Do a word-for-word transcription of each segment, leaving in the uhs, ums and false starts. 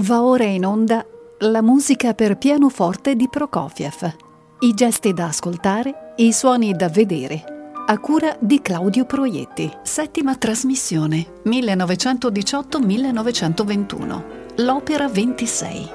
Va ora in onda la musica per pianoforte di Prokofiev, i gesti da ascoltare, i suoni da vedere, a cura di Claudio Proietti. Settima trasmissione, millenovecentodiciotto millenovecentoventuno, l'Opera ventisei.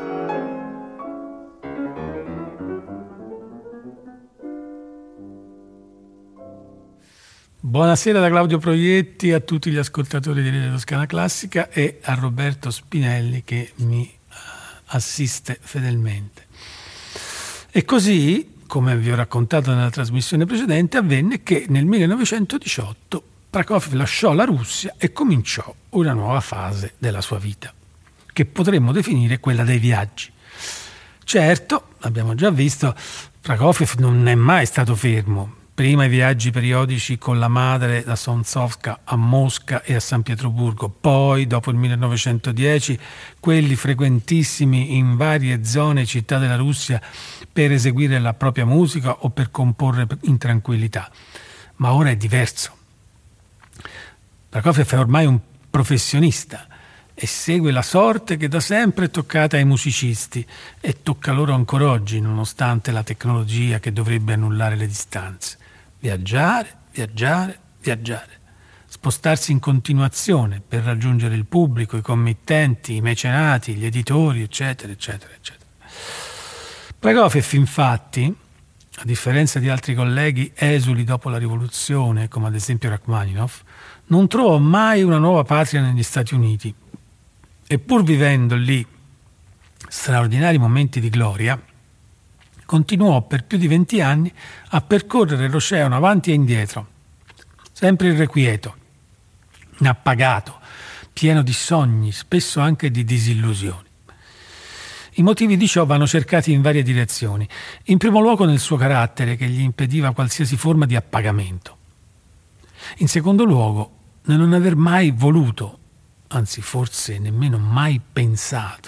Buonasera da Claudio Proietti a tutti gli ascoltatori di Radio Toscana Classica e a Roberto Spinelli che mi assiste fedelmente. E così, come vi ho raccontato nella trasmissione precedente, avvenne che nel millenovecentodiciotto Prokofiev lasciò la Russia e cominciò una nuova fase della sua vita, che potremmo definire quella dei viaggi. Certo, abbiamo già visto, Prokofiev non è mai stato fermo. Prima i viaggi periodici con la madre da Sontsovka a Mosca e a San Pietroburgo, poi, dopo il millenovecentodieci, quelli frequentissimi in varie zone e città della Russia per eseguire la propria musica o per comporre in tranquillità. Ma ora è diverso. Prokofiev è ormai un professionista e segue la sorte che da sempre è toccata ai musicisti e tocca loro ancora oggi, nonostante la tecnologia che dovrebbe annullare le distanze. Viaggiare, viaggiare, viaggiare. Spostarsi in continuazione per raggiungere il pubblico, i committenti, i mecenati, gli editori, eccetera, eccetera, eccetera. Prokofiev, infatti, a differenza di altri colleghi esuli dopo la rivoluzione, come ad esempio Rachmaninov, non trovò mai una nuova patria negli Stati Uniti. E pur vivendo lì straordinari momenti di gloria, continuò per più di venti anni a percorrere l'oceano avanti e indietro, sempre irrequieto, inappagato, pieno di sogni, spesso anche di disillusioni. I motivi di ciò vanno cercati in varie direzioni. In primo luogo nel suo carattere, che gli impediva qualsiasi forma di appagamento. In secondo luogo, nel non aver mai voluto, anzi forse nemmeno mai pensato,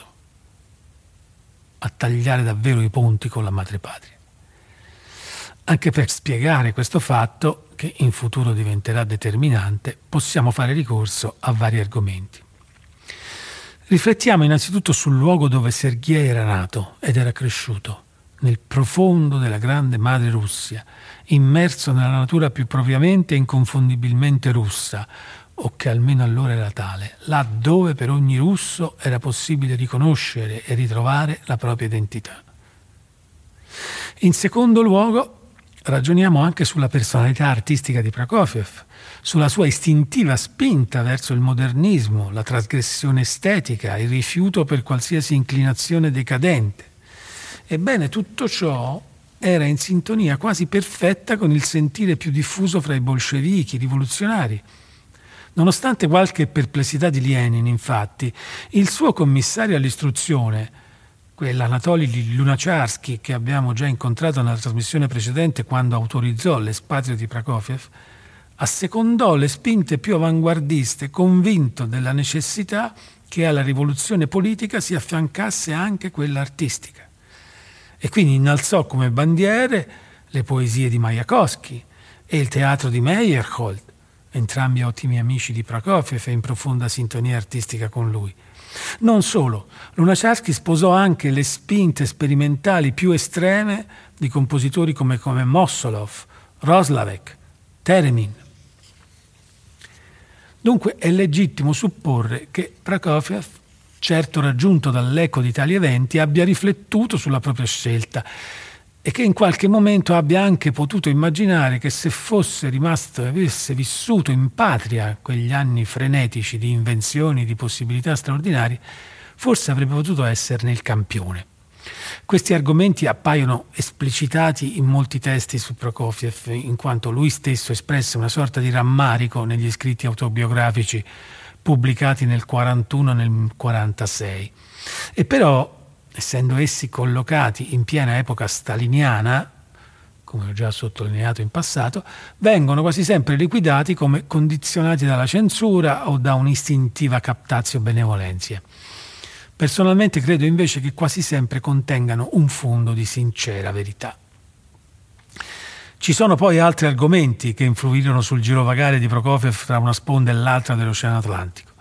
a tagliare davvero i ponti con la madrepatria. Anche per spiegare questo fatto, che in futuro diventerà determinante, possiamo fare ricorso a vari argomenti. Riflettiamo innanzitutto sul luogo dove Sergej era nato ed era cresciuto, nel profondo della grande madre Russia, immerso nella natura più propriamente e inconfondibilmente russa, o che almeno allora era tale, là dove per ogni russo era possibile riconoscere e ritrovare la propria identità. In secondo luogo, ragioniamo anche sulla personalità artistica di Prokofiev, sulla sua istintiva spinta verso il modernismo, la trasgressione estetica, il rifiuto per qualsiasi inclinazione decadente. Ebbene, tutto ciò era in sintonia quasi perfetta con il sentire più diffuso fra i bolscevichi, i rivoluzionari. Nonostante qualche perplessità di Lenin, infatti, il suo commissario all'istruzione, quell'Anatolij Lunacharsky che abbiamo già incontrato nella trasmissione precedente quando autorizzò l'espatrio di Prokofiev, assecondò le spinte più avanguardiste, convinto della necessità che alla rivoluzione politica si affiancasse anche quella artistica. E quindi innalzò come bandiere le poesie di Majakovskij e il teatro di Meyerhold, entrambi ottimi amici di Prokofiev e in profonda sintonia artistica con lui. Non solo, Lunacharsky sposò anche le spinte sperimentali più estreme di compositori come, come Mossolov, Roslavek, Teremin. Dunque è legittimo supporre che Prokofiev, certo raggiunto dall'eco di tali eventi, abbia riflettuto sulla propria scelta e che in qualche momento abbia anche potuto immaginare che se fosse rimasto e avesse vissuto in patria quegli anni frenetici di invenzioni, di possibilità straordinarie, forse avrebbe potuto esserne il campione. Questi argomenti appaiono esplicitati in molti testi su Prokofiev, in quanto lui stesso espresse una sorta di rammarico negli scritti autobiografici pubblicati nel quarantuno e nel quarantasei. E però, essendo essi collocati in piena epoca staliniana, come ho già sottolineato in passato, vengono quasi sempre liquidati come condizionati dalla censura o da un'istintiva captatio benevolentia. Personalmente credo invece che quasi sempre contengano un fondo di sincera verità. Ci sono poi altri argomenti che influirono sul girovagare di Prokofiev tra una sponda e l'altra dell'Oceano Atlantico.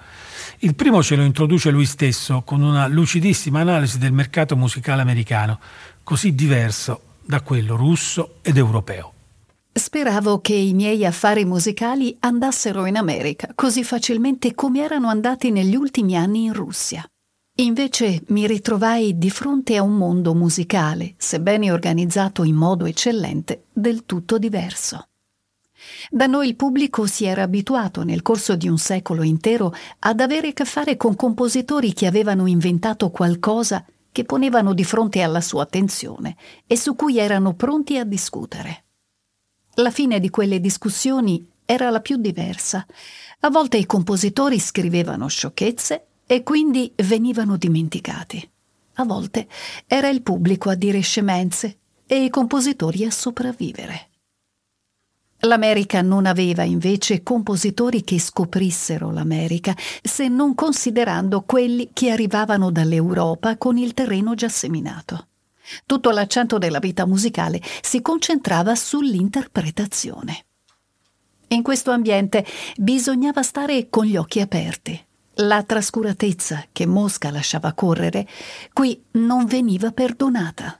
Il primo ce lo introduce lui stesso con una lucidissima analisi del mercato musicale americano, così diverso da quello russo ed europeo. Speravo che i miei affari musicali andassero in America così facilmente come erano andati negli ultimi anni in Russia. Invece mi ritrovai di fronte a un mondo musicale, sebbene organizzato in modo eccellente, del tutto diverso. Da noi il pubblico si era abituato nel corso di un secolo intero ad avere a che fare con compositori che avevano inventato qualcosa che ponevano di fronte alla sua attenzione e su cui erano pronti a discutere. La fine di quelle discussioni era la più diversa. A volte i compositori scrivevano sciocchezze e quindi venivano dimenticati. A volte era il pubblico a dire scemenze e i compositori a sopravvivere. L'America non aveva invece compositori che scoprissero l'America, se non considerando quelli che arrivavano dall'Europa con il terreno già seminato. Tutto l'accento della vita musicale si concentrava sull'interpretazione. In questo ambiente bisognava stare con gli occhi aperti. La trascuratezza che Mosca lasciava correre qui non veniva perdonata.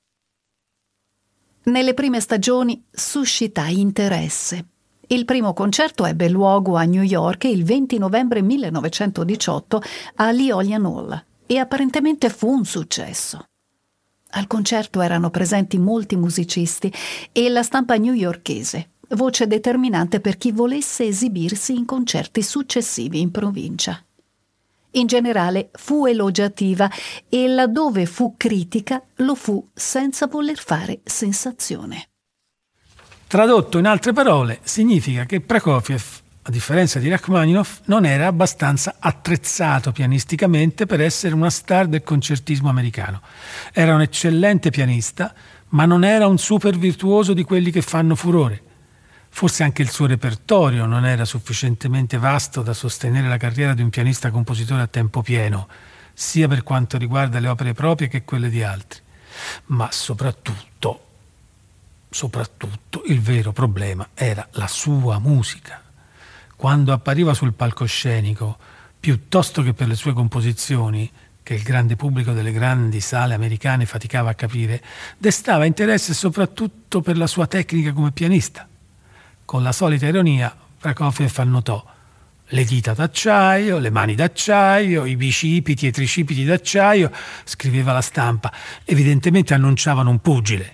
Nelle prime stagioni suscitai interesse. Il primo concerto ebbe luogo a New York il venti novembre millenovecentodiciotto all'Aeolian Hall e apparentemente fu un successo. Al concerto erano presenti molti musicisti e la stampa newyorkese, voce determinante per chi volesse esibirsi in concerti successivi in provincia. In generale fu elogiativa e laddove fu critica lo fu senza voler fare sensazione. Tradotto in altre parole, significa che Prokofiev, a differenza di Rachmaninoff, non era abbastanza attrezzato pianisticamente per essere una star del concertismo americano. Era un eccellente pianista, ma non era un super virtuoso di quelli che fanno furore. Forse anche il suo repertorio non era sufficientemente vasto da sostenere la carriera di un pianista-compositore a tempo pieno, sia per quanto riguarda le opere proprie che quelle di altri. Ma soprattutto, soprattutto, il vero problema era la sua musica. Quando appariva sul palcoscenico, piuttosto che per le sue composizioni, che il grande pubblico delle grandi sale americane faticava a capire, destava interesse soprattutto per la sua tecnica come pianista. Con la solita ironia, Prokofiev annotò le dita d'acciaio, le mani d'acciaio, i bicipiti e i tricipiti d'acciaio, scriveva la stampa, evidentemente annunciavano un pugile.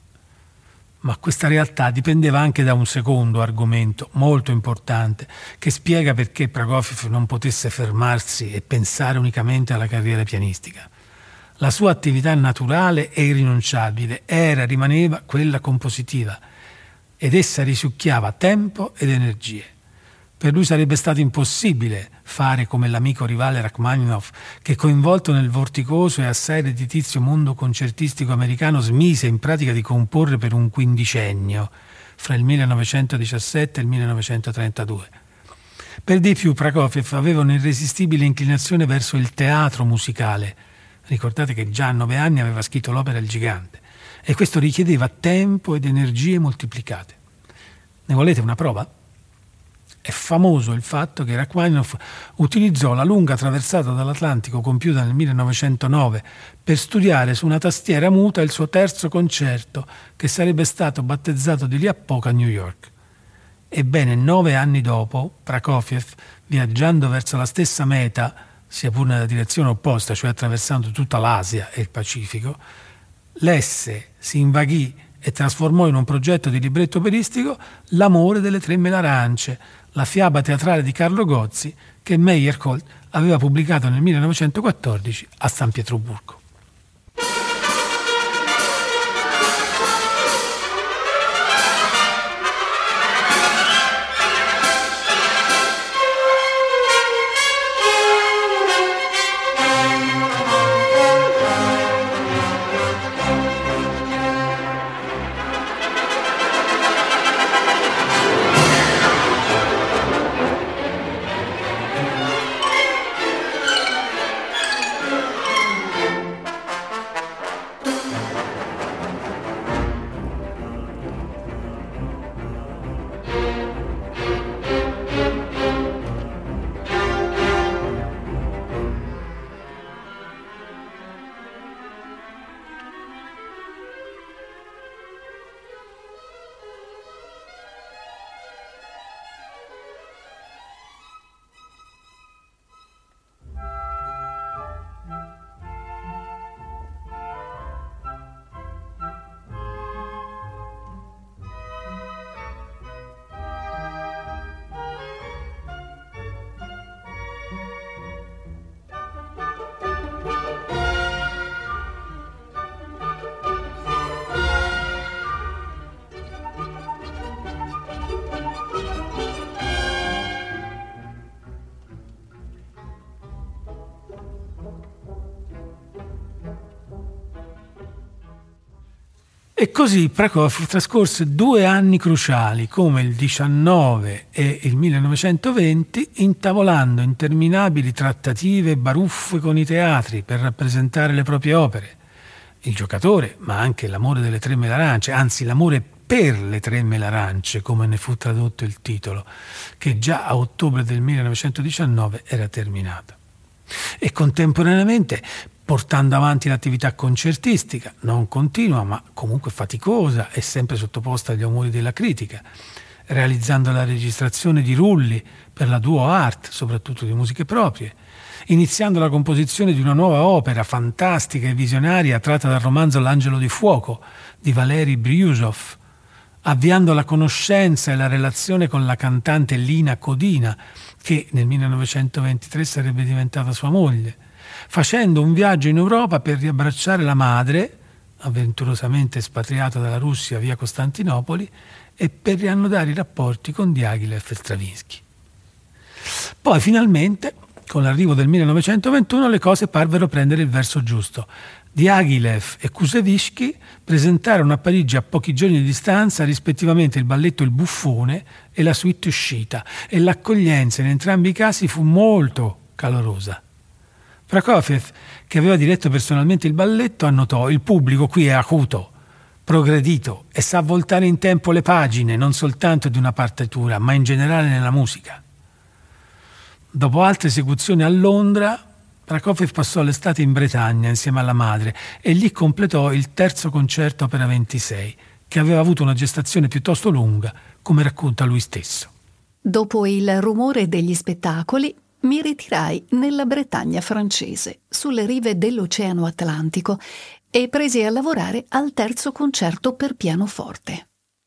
Ma questa realtà dipendeva anche da un secondo argomento molto importante che spiega perché Prokofiev non potesse fermarsi e pensare unicamente alla carriera pianistica. La sua attività naturale e irrinunciabile era e rimaneva quella compositiva, ed essa risucchiava tempo ed energie. Per lui sarebbe stato impossibile fare come l'amico rivale Rachmaninoff, che coinvolto nel vorticoso e assai redditizio mondo concertistico americano smise in pratica di comporre per un quindicennio, fra il millenovecentodiciassette e il millenovecentotrentadue. Per di più Prokofiev aveva un'irresistibile inclinazione verso il teatro musicale. Ricordate che già a nove anni aveva scritto l'opera Il Gigante, e questo richiedeva tempo ed energie moltiplicate. Ne volete una prova? È famoso il fatto che Rachmaninoff utilizzò la lunga traversata dall'Atlantico compiuta nel millenovecentonove per studiare su una tastiera muta il suo terzo concerto, che sarebbe stato battezzato di lì a poco a New York. Ebbene, nove anni dopo, Prokofiev, viaggiando verso la stessa meta, sia pur nella direzione opposta, cioè attraversando tutta l'Asia e il Pacifico, lesse, si invaghì e trasformò in un progetto di libretto operistico L'amore delle tre melarance, la fiaba teatrale di Carlo Gozzi che Meyerhold aveva pubblicato nel millenovecentoquattordici a San Pietroburgo. E così Prokofiev trascorse due anni cruciali, come il diciannove e il millenovecentoventi, intavolando interminabili trattative e baruffe con i teatri per rappresentare le proprie opere. Il giocatore, ma anche l'amore delle tre melarance, anzi l'amore per le tre melarance, come ne fu tradotto il titolo, che già a ottobre del millenovecentodiciannove era terminato. E contemporaneamente portando avanti l'attività concertistica, non continua ma comunque faticosa e sempre sottoposta agli umori della critica, realizzando la registrazione di rulli per la Duo Art, soprattutto di musiche proprie, iniziando la composizione di una nuova opera fantastica e visionaria tratta dal romanzo L'Angelo di Fuoco di Valeri Briusov, avviando la conoscenza e la relazione con la cantante Lina Codina, che nel millenovecentoventitré sarebbe diventata sua moglie, facendo un viaggio in Europa per riabbracciare la madre, avventurosamente espatriata dalla Russia via Costantinopoli, e per riannodare i rapporti con Diaghilev e Stravinsky. Poi finalmente, con l'arrivo del millenovecentoventuno, le cose parvero prendere il verso giusto. Diaghilev e Kusevitsky presentarono a Parigi a pochi giorni di distanza rispettivamente il balletto Il Buffone e la suite uscita, e l'accoglienza in entrambi i casi fu molto calorosa. Prokofiev, che aveva diretto personalmente il balletto, annotò: il pubblico qui è acuto, progredito e sa voltare in tempo le pagine, non soltanto di una partitura, ma in generale nella musica. Dopo altre esecuzioni a Londra, Prokofiev passò l'estate in Bretagna insieme alla madre e lì completò il terzo concerto opera ventisei, che aveva avuto una gestazione piuttosto lunga, come racconta lui stesso. Dopo il rumore degli spettacoli, mi ritirai nella Bretagna francese, sulle rive dell'Oceano Atlantico, e presi a lavorare al terzo concerto per pianoforte.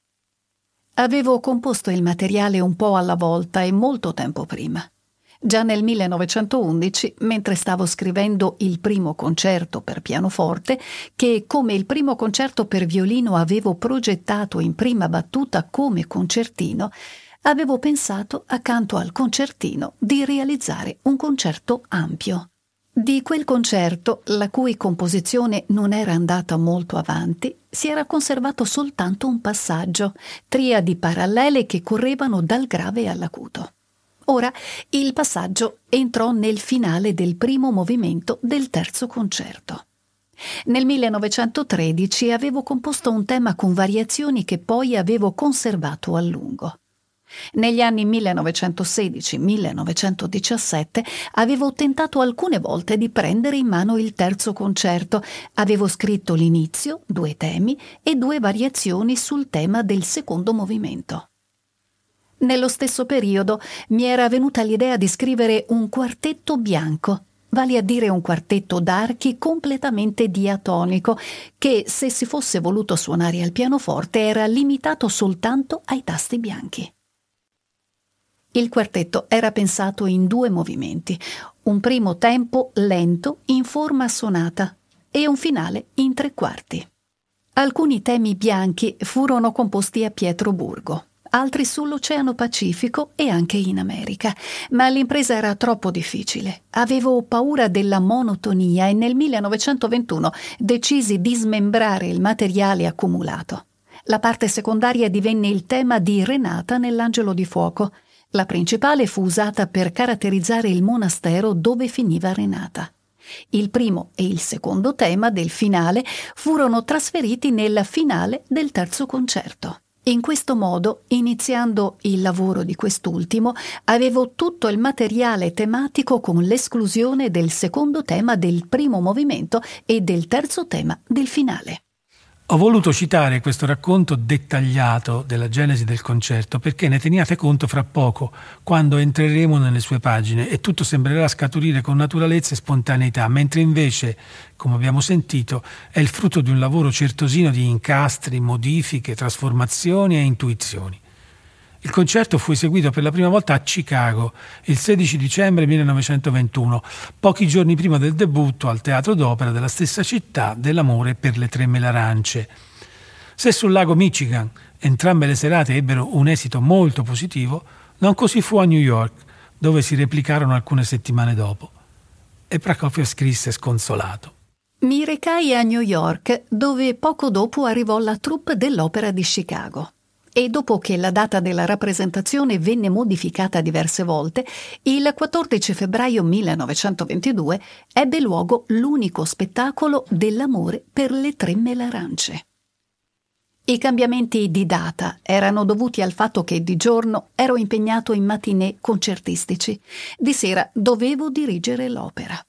Avevo composto il materiale un po' alla volta e molto tempo prima. Già nel millenovecentoundici, mentre stavo scrivendo il primo concerto per pianoforte, che come il primo concerto per violino avevo progettato in prima battuta come concertino, avevo pensato, accanto al concertino, di realizzare un concerto ampio. Di quel concerto, la cui composizione non era andata molto avanti, si era conservato soltanto un passaggio, triadi parallele che correvano dal grave all'acuto. Ora il passaggio entrò nel finale del primo movimento del terzo concerto. Nel millenovecentotredici avevo composto un tema con variazioni che poi avevo conservato a lungo. Negli anni millenovecentosedici millenovecentodiciassette avevo tentato alcune volte di prendere in mano il terzo concerto. Avevo scritto l'inizio, due temi e due variazioni sul tema del secondo movimento. Nello stesso periodo mi era venuta l'idea di scrivere un quartetto bianco, vale a dire un quartetto d'archi completamente diatonico, che, se si fosse voluto suonare al pianoforte, era limitato soltanto ai tasti bianchi. Il quartetto era pensato in due movimenti, un primo tempo lento in forma sonata e un finale in tre quarti. Alcuni temi bianchi furono composti a Pietroburgo, altri sull'Oceano Pacifico e anche in America, ma l'impresa era troppo difficile. Avevo paura della monotonia e nel millenovecentoventuno decisi di smembrare il materiale accumulato. La parte secondaria divenne il tema di Renata nell'Angelo di Fuoco. La principale fu usata per caratterizzare il monastero dove finiva Renata. Il primo e il secondo tema del finale furono trasferiti nel finale del terzo concerto. In questo modo, iniziando il lavoro di quest'ultimo, avevo tutto il materiale tematico con l'esclusione del secondo tema del primo movimento e del terzo tema del finale. Ho voluto citare questo racconto dettagliato della genesi del concerto perché ne teniate conto fra poco, quando entreremo nelle sue pagine, e tutto sembrerà scaturire con naturalezza e spontaneità, mentre invece, come abbiamo sentito, è il frutto di un lavoro certosino di incastri, modifiche, trasformazioni e intuizioni. Il concerto fu eseguito per la prima volta a Chicago il sedici dicembre millenovecentoventuno, pochi giorni prima del debutto al Teatro d'Opera della stessa città dell'amore per le tre melarance. Se sul lago Michigan entrambe le serate ebbero un esito molto positivo, non così fu a New York, dove si replicarono alcune settimane dopo. E Prokofiev scrisse sconsolato: Mi recai a New York, dove poco dopo arrivò la troupe dell'Opera di Chicago. E dopo che la data della rappresentazione venne modificata diverse volte, il quattordici febbraio millenovecentoventidue ebbe luogo l'unico spettacolo dell'amore per le tre melarance. I cambiamenti di data erano dovuti al fatto che di giorno ero impegnato in matinée concertistici, di sera dovevo dirigere l'opera.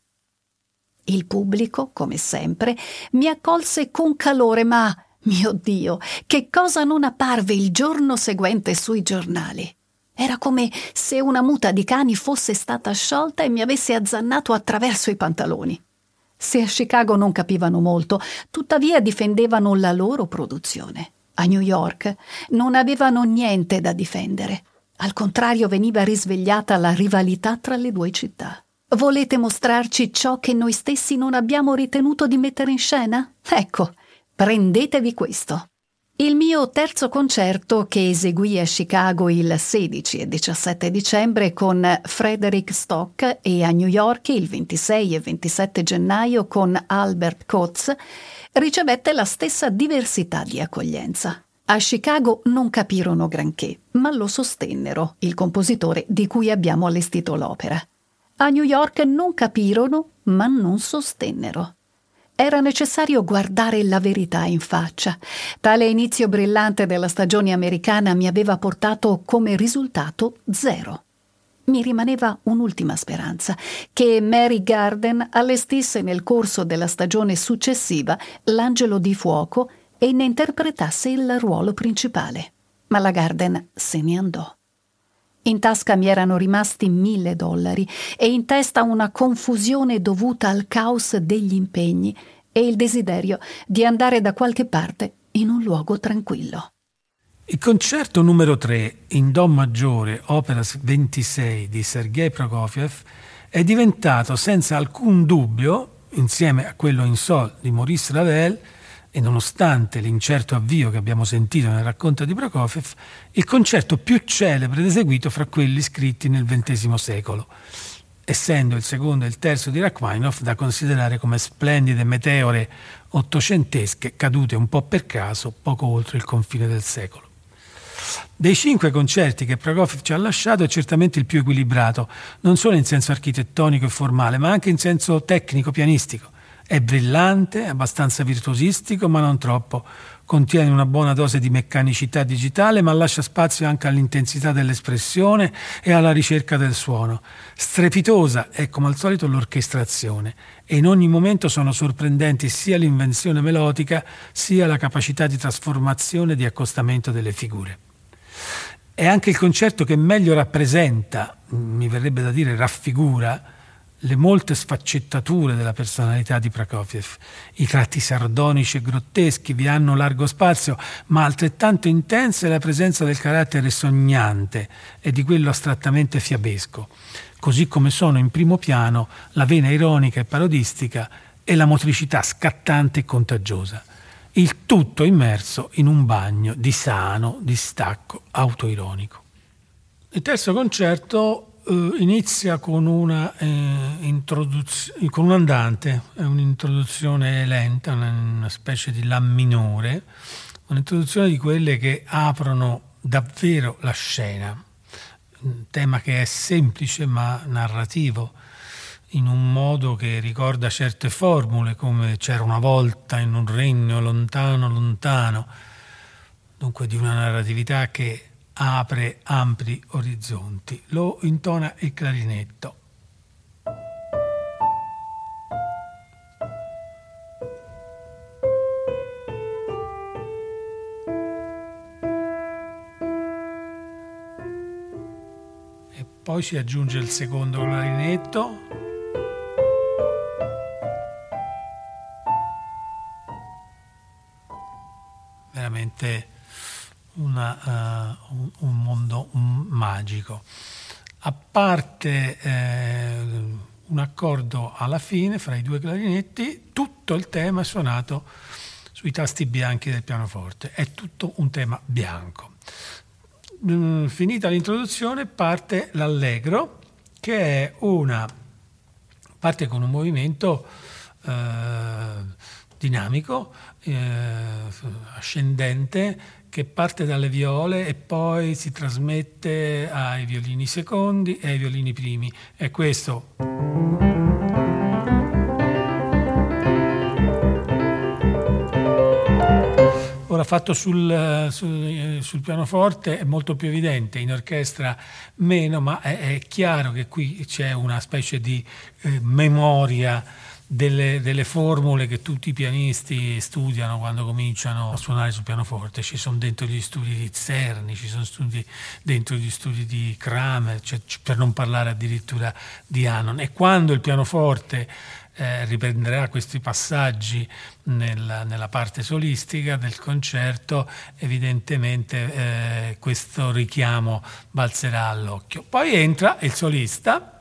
Il pubblico, come sempre, mi accolse con calore, ma, mio Dio, che cosa non apparve il giorno seguente sui giornali? Era come se una muta di cani fosse stata sciolta e mi avesse azzannato attraverso i pantaloni. Se a Chicago non capivano molto, tuttavia difendevano la loro produzione. A New York non avevano niente da difendere. Al contrario, veniva risvegliata la rivalità tra le due città. Volete mostrarci ciò che noi stessi non abbiamo ritenuto di mettere in scena? Ecco, prendetevi questo. Il mio terzo concerto, che eseguì a Chicago il sedici e diciassette dicembre con Frederick Stock e a New York il ventisei e ventisette gennaio con Albert Coates, ricevette la stessa diversità di accoglienza. A Chicago non capirono granché, ma lo sostennero, il compositore di cui abbiamo allestito l'opera. A New York non capirono, ma non sostennero. Era necessario guardare la verità in faccia. Tale inizio brillante della stagione americana mi aveva portato come risultato zero. Mi rimaneva un'ultima speranza, che Mary Garden allestisse nel corso della stagione successiva L'Angelo di Fuoco e ne interpretasse il ruolo principale. Ma la Garden se ne andò. In tasca mi erano rimasti mille dollari e in testa una confusione dovuta al caos degli impegni e il desiderio di andare da qualche parte in un luogo tranquillo. Il concerto numero tre in Do maggiore, opera ventisei di Sergei Prokofiev, è diventato senza alcun dubbio, insieme a quello in Sol di Maurice Ravel, e nonostante l'incerto avvio che abbiamo sentito nel racconto di Prokofiev, il concerto più celebre ed eseguito fra quelli scritti nel ventesimo secolo, essendo il secondo e il terzo di Rachmaninoff da considerare come splendide meteore ottocentesche cadute un po' per caso poco oltre il confine del secolo. Dei cinque concerti che Prokofiev ci ha lasciato è certamente il più equilibrato, non solo in senso architettonico e formale, ma anche in senso tecnico-pianistico. È brillante, abbastanza virtuosistico, ma non troppo. Contiene una buona dose di meccanicità digitale, ma lascia spazio anche all'intensità dell'espressione e alla ricerca del suono. Strepitosa è, come al solito, l'orchestrazione, e in ogni momento sono sorprendenti sia l'invenzione melodica, sia la capacità di trasformazione e di accostamento delle figure. È anche il concerto che meglio rappresenta, mi verrebbe da dire raffigura, le molte sfaccettature della personalità di Prokofiev. I tratti sardonici e grotteschi vi hanno largo spazio, ma altrettanto intensa è la presenza del carattere sognante e di quello astrattamente fiabesco, così come sono in primo piano la vena ironica e parodistica e la motricità scattante e contagiosa. Il tutto immerso in un bagno di sano distacco autoironico. Il terzo concerto Uh, inizia con una eh, introduzione, con un andante, è un'introduzione lenta, una, una specie di La minore, un'introduzione di quelle che aprono davvero la scena, un tema che è semplice ma narrativo, in un modo che ricorda certe formule, come C'era una volta in un regno lontano lontano, dunque di una narratività che apre ampli orizzonti. Lo intona il clarinetto. E poi si aggiunge il secondo clarinetto. Veramente Una, uh, un, un mondo un, magico. A parte eh, un accordo alla fine fra i due clarinetti, tutto il tema è suonato sui tasti bianchi del pianoforte, è tutto un tema bianco. Mm, finita l'introduzione parte l'allegro, che è una parte con un movimento eh, dinamico, eh, ascendente, che parte dalle viole e poi si trasmette ai violini secondi e ai violini primi. E questo ora fatto sul, sul, sul pianoforte è molto più evidente, in orchestra meno, ma è, è chiaro che qui c'è una specie di eh, memoria Delle, delle formule che tutti i pianisti studiano quando cominciano a suonare sul pianoforte. Ci sono dentro gli studi di Czerny, ci sono studi dentro gli studi di Kramer, cioè, per non parlare addirittura di Hanon. E quando il pianoforte eh, riprenderà questi passaggi nella, nella parte solistica del concerto, evidentemente eh, questo richiamo balzerà all'occhio. Poi entra il solista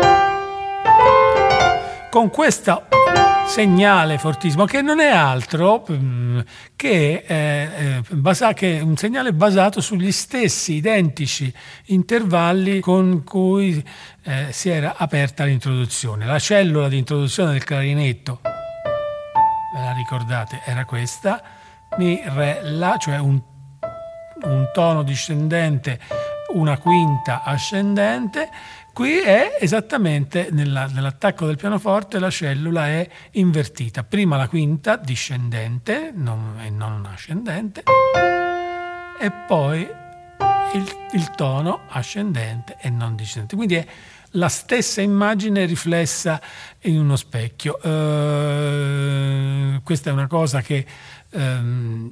con questo segnale fortissimo, che non è altro che, eh, basa, che un segnale basato sugli stessi identici intervalli con cui eh, si era aperta l'introduzione. La cellula di introduzione del clarinetto, ve la ricordate, era questa, Mi, Re, La, cioè un, un tono discendente, una quinta ascendente. Qui è esattamente nella, nell'attacco del pianoforte, la cellula è invertita. Prima la quinta discendente non, e non ascendente, e poi il, il tono ascendente e non discendente. Quindi è la stessa immagine riflessa in uno specchio. Uh, questa è una cosa che... Um,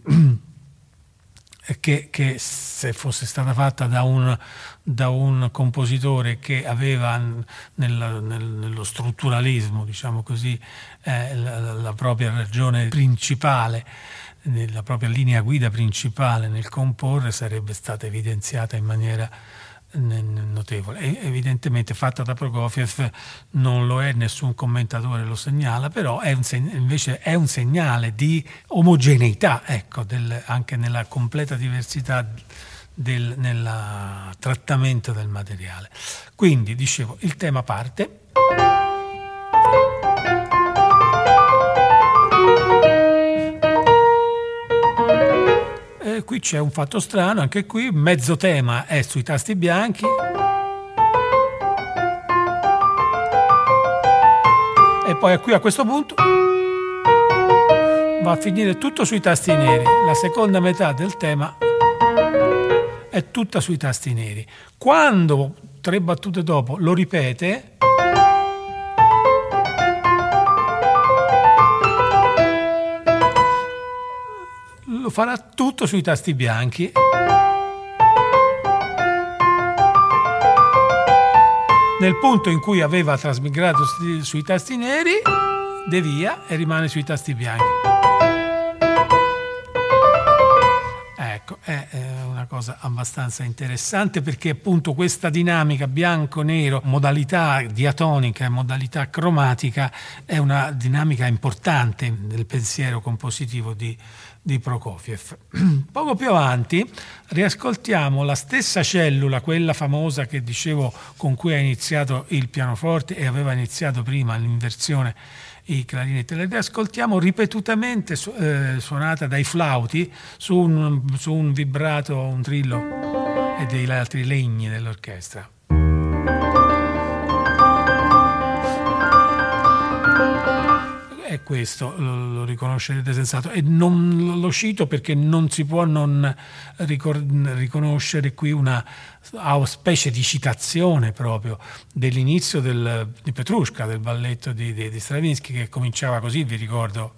Che, che se fosse stata fatta da un, da un compositore che aveva nel, nel, nello strutturalismo, diciamo così, eh, la, la propria ragione principale, la propria linea guida principale nel comporre, sarebbe stata evidenziata in maniera notevole. E evidentemente fatta da Prokofiev non lo è, nessun commentatore lo segnala, però è un seg- invece è un segnale di omogeneità, ecco, del, anche nella completa diversità del nella trattamento del materiale. Quindi dicevo, il tema parte qui c'è un fatto strano, anche qui mezzo tema è sui tasti bianchi e poi qui a questo punto va a finire tutto sui tasti neri. La seconda metà del tema è tutta sui tasti neri. Quando tre battute dopo lo ripete, lo farà tutto sui tasti bianchi. Nel punto in cui aveva trasmigrato sui tasti neri, devia e rimane sui tasti bianchi. Ecco, è una cosa abbastanza interessante, perché appunto questa dinamica bianco-nero, modalità diatonica e modalità cromatica, è una dinamica importante del pensiero compositivo di di Prokofiev. Poco più avanti riascoltiamo la stessa cellula, quella famosa che dicevo con cui ha iniziato il pianoforte e aveva iniziato prima l'inversione i clarinetti. La riascoltiamo ripetutamente su, eh, suonata dai flauti su un, su un vibrato, un trillo e degli altri legni dell'orchestra. È questo, lo, lo riconoscerete senz'altro, e non lo cito perché non si può non ricor- riconoscere qui una specie di citazione proprio dell'inizio del, di Petrushka, del balletto di, di, di Stravinsky, che cominciava così, vi ricordo.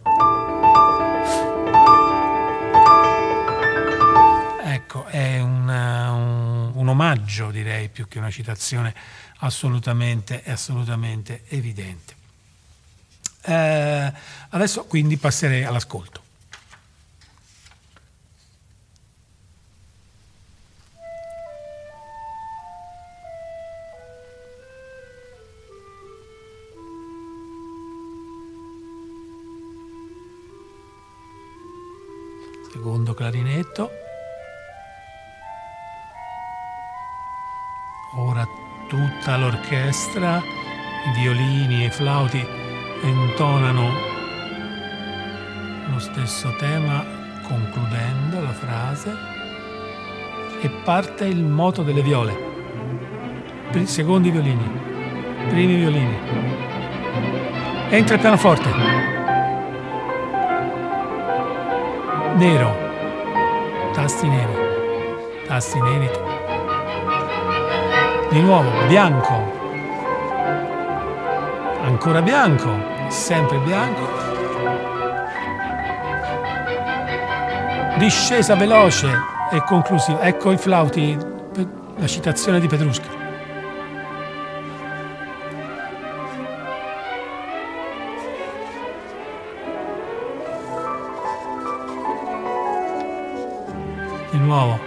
Ecco, è una, un, un omaggio, direi, più che una citazione assolutamente, assolutamente evidente. Eh, adesso quindi passerei all'ascolto. Secondo clarinetto. Ora tutta l'orchestra, i violini e i flauti intonano lo stesso tema concludendo la frase e parte il moto delle viole. Pri- secondi violini, primi violini. Entra il pianoforte. Nero, tasti neri, tasti neri. Di nuovo, bianco. Ancora bianco, sempre bianco. Discesa veloce e conclusiva. Ecco i flauti, la citazione di Petrushka. Di nuovo.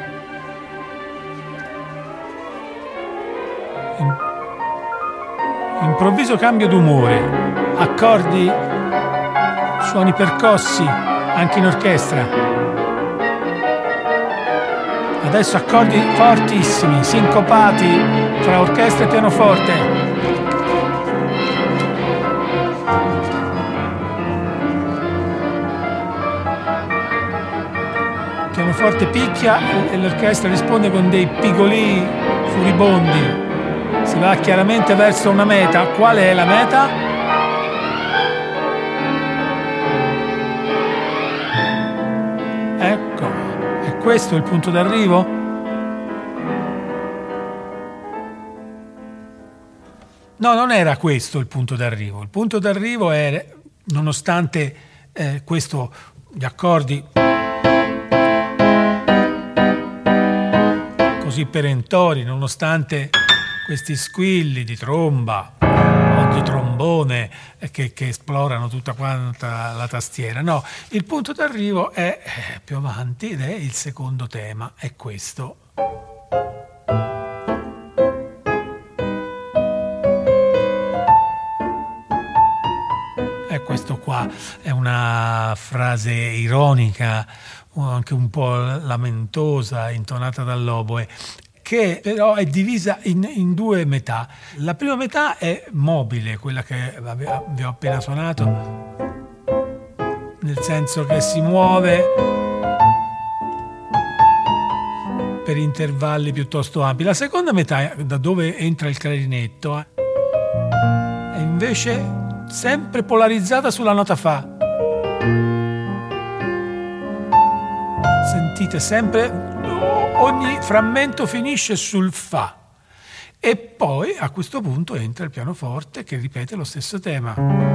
Improvviso cambio d'umore, accordi, suoni percossi anche in orchestra. Adesso accordi fortissimi, sincopati tra orchestra e pianoforte. Il pianoforte picchia e l'orchestra risponde con dei pigolii furibondi. Si va chiaramente verso una meta. Qual è la meta? Ecco, è questo il punto d'arrivo? No, non era questo il punto d'arrivo. Il punto d'arrivo era, nonostante eh, questo, gli accordi così perentori, nonostante questi squilli di tromba o di trombone che, che esplorano tutta quanta la tastiera. No, il punto d'arrivo è più avanti ed è il secondo tema, è questo. È questo qua, è una frase ironica, anche un po' lamentosa, intonata dall'oboe, che però è divisa in, in due metà. La prima metà è mobile, quella che vi ho appena suonato, nel senso che si muove per intervalli piuttosto ampi. La seconda metà, da dove entra il clarinetto, è invece sempre polarizzata sulla nota Fa. Sentite sempre, ogni frammento finisce sul Fa e poi a questo punto entra il pianoforte che ripete lo stesso tema.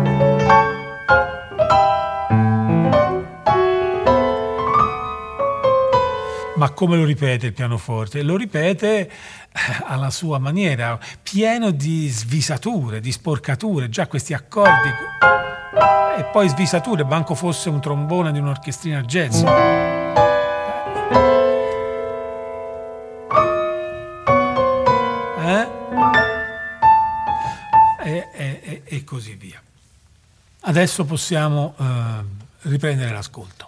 Ma come lo ripete il pianoforte? Lo ripete alla sua maniera, pieno di svisature, di sporcature, già questi accordi e poi svisature, manco fosse un trombone di un'orchestrina jazz. E, e, e così via. Adesso possiamo eh, riprendere l'ascolto.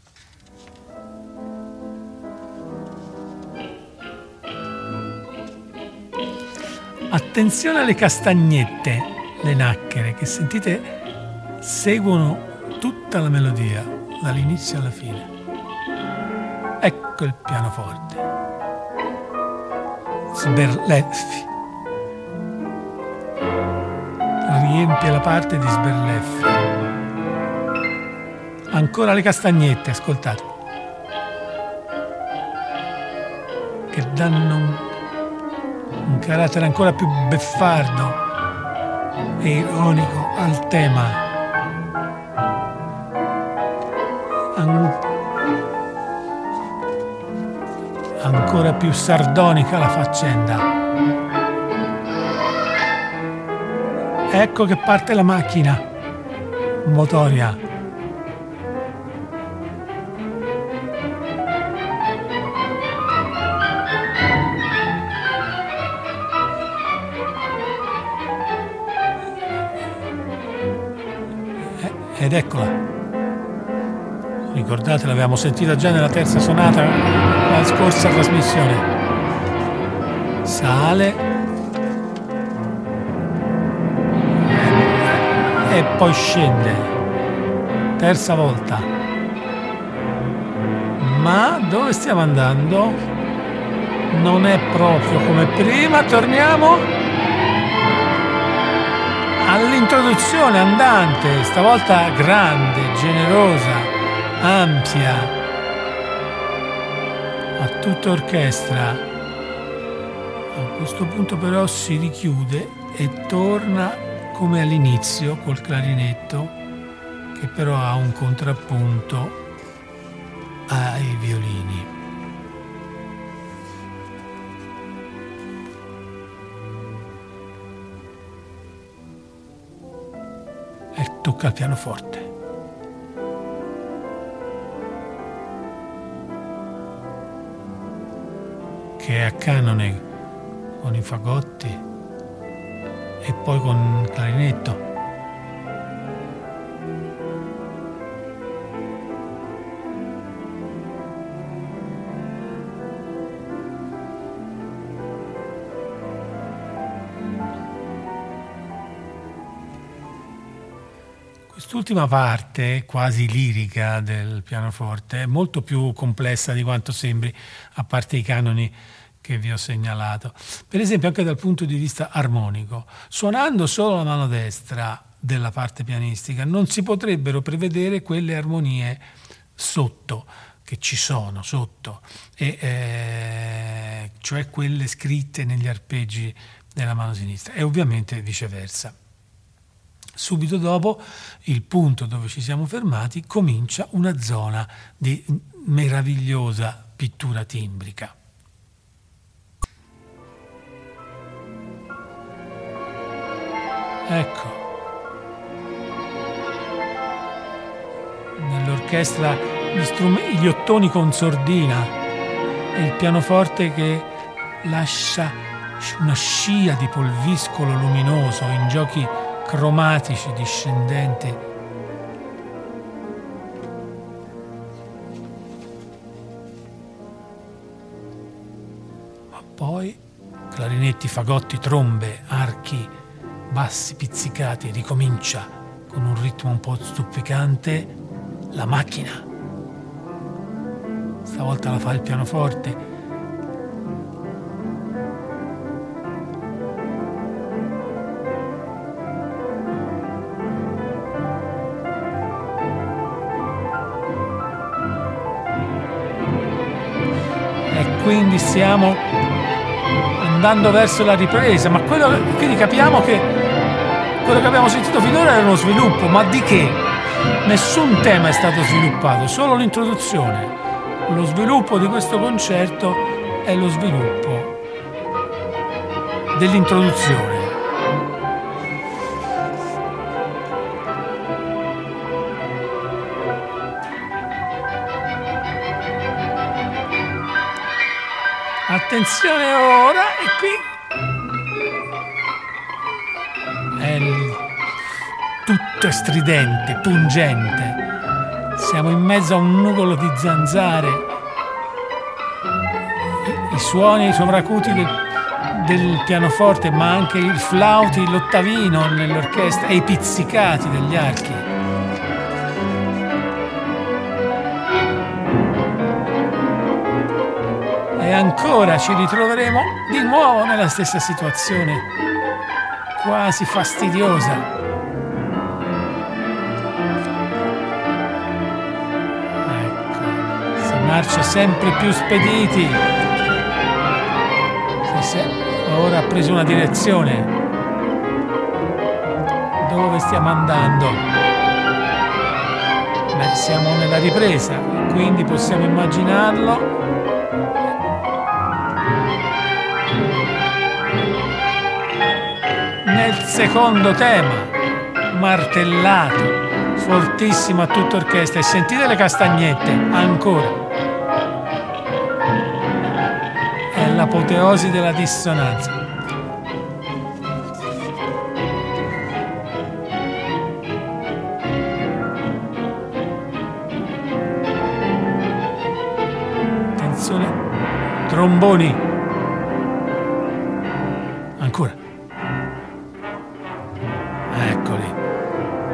Attenzione alle castagnette, le nacchere, che sentite seguono tutta la melodia, dall'inizio alla fine. Ecco il pianoforte. Sberleffi. Riempie la parte di sberleffi. Ancora le castagnette, ascoltate, che danno un, un carattere ancora più beffardo e ironico al tema. An- ancora più sardonica la faccenda. Ecco che parte la macchina motoria. Ed eccola. Ricordate, l'avevamo sentita già nella terza sonata, la scorsa trasmissione. Sale e poi scende. Terza volta. Ma dove stiamo andando? Non è proprio come prima. Torniamo all'introduzione andante, stavolta grande, generosa, ampia, a tutta orchestra. A questo punto però si richiude e torna come all'inizio col clarinetto, che però ha un contrappunto ai violini. E tocca al pianoforte. Che è a canone con i fagotti e poi con il clarinetto. Quest'ultima parte, quasi lirica del pianoforte, è molto più complessa di quanto sembri, a parte i canoni che vi ho segnalato. Per esempio, anche dal punto di vista armonico, suonando solo la mano destra della parte pianistica, non si potrebbero prevedere quelle armonie sotto, che ci sono sotto, e, eh, cioè quelle scritte negli arpeggi della mano sinistra, e ovviamente viceversa. Subito dopo il punto dove ci siamo fermati comincia una zona di meravigliosa pittura timbrica. Ecco, nell'orchestra gli, strum- gli ottoni con sordina e il pianoforte che lascia una scia di polviscolo luminoso in giochi cromatici discendenti. Ma poi clarinetti, fagotti, trombe, archi, bassi pizzicati, ricomincia con un ritmo un po' stuzzicante la macchina. Stavolta la fa il pianoforte. Quindi stiamo andando verso la ripresa, ma quello, quindi capiamo che quello che abbiamo sentito finora era uno sviluppo, ma di che? Nessun tema è stato sviluppato, solo l'introduzione. Lo sviluppo di questo concerto è lo sviluppo dell'introduzione. Attenzione ora, e qui è il... tutto è stridente, pungente. Siamo in mezzo a un nugolo di zanzare. I, i suoni sovracuti del, del pianoforte, ma anche i flauti, l'ottavino nell'orchestra e i pizzicati degli archi. E ancora ci ritroveremo di nuovo nella stessa situazione, quasi fastidiosa. Ecco, si marcia sempre più spediti. Ora ha preso una direzione. Dove stiamo andando? Beh, siamo nella ripresa, quindi possiamo immaginarlo. Nel secondo tema, martellato, fortissimo a tutta orchestra, e sentite le castagnette, ancora. È l'apoteosi della dissonanza. Attenzione, tromboni. Ancora. Eccoli.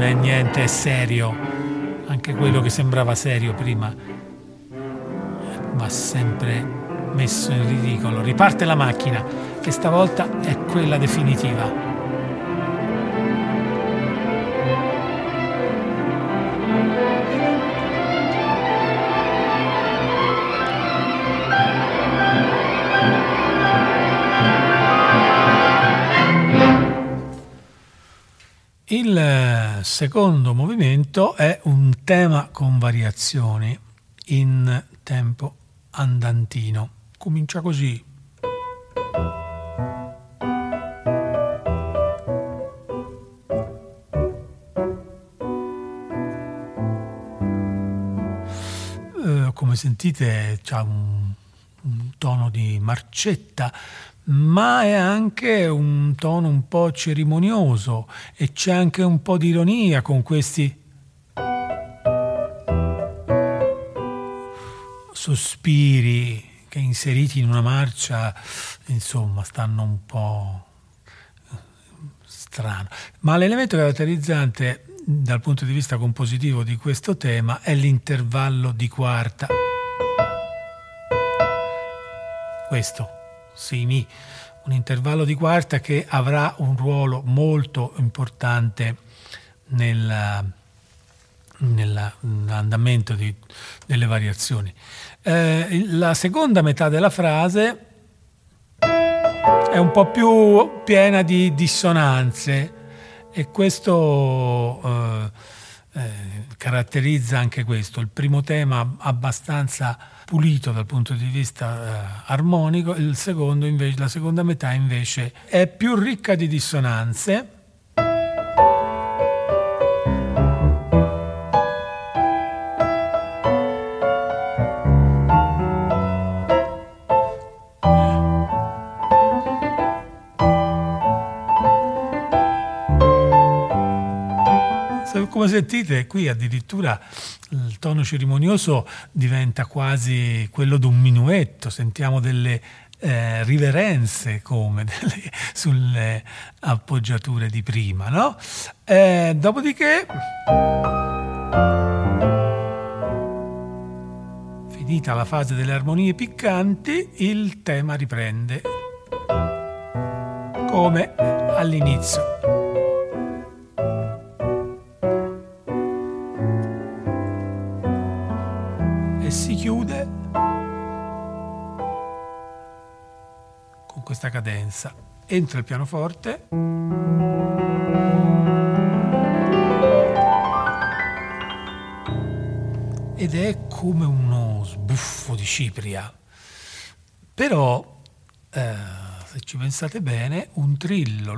è niente, è serio. Anche quello che sembrava serio prima va sempre messo in ridicolo. Riparte la macchina e stavolta è quella definitiva. Il secondo movimento è un tema con variazioni in tempo andantino. Comincia così. Eh, come sentite c'ha un, un tono di marcetta, ma è anche un tono un po' cerimonioso e c'è anche un po' di ironia con questi sospiri che inseriti in una marcia, insomma, stanno un po' strano. Ma l'elemento caratterizzante dal punto di vista compositivo di questo tema è l'intervallo di quarta. Questo. Si, mi, un intervallo di quarta che avrà un ruolo molto importante nel, nell'andamento di, delle variazioni. Eh, la seconda metà della frase è un po' più piena di dissonanze e questo eh, eh, caratterizza anche questo. Il primo tema abbastanza pulito dal punto di vista eh, armonico, il secondo invece, la seconda metà invece è più ricca di dissonanze. Come sentite, qui addirittura il tono cerimonioso diventa quasi quello di un minuetto, sentiamo delle eh, riverenze come delle, sulle appoggiature di prima, no? Eh, dopodiché, finita la fase delle armonie piccanti, il tema riprende come all'inizio. E si chiude con questa cadenza. Entra il pianoforte ed è come uno sbuffo di cipria. Però, eh, se ci pensate bene, un trillo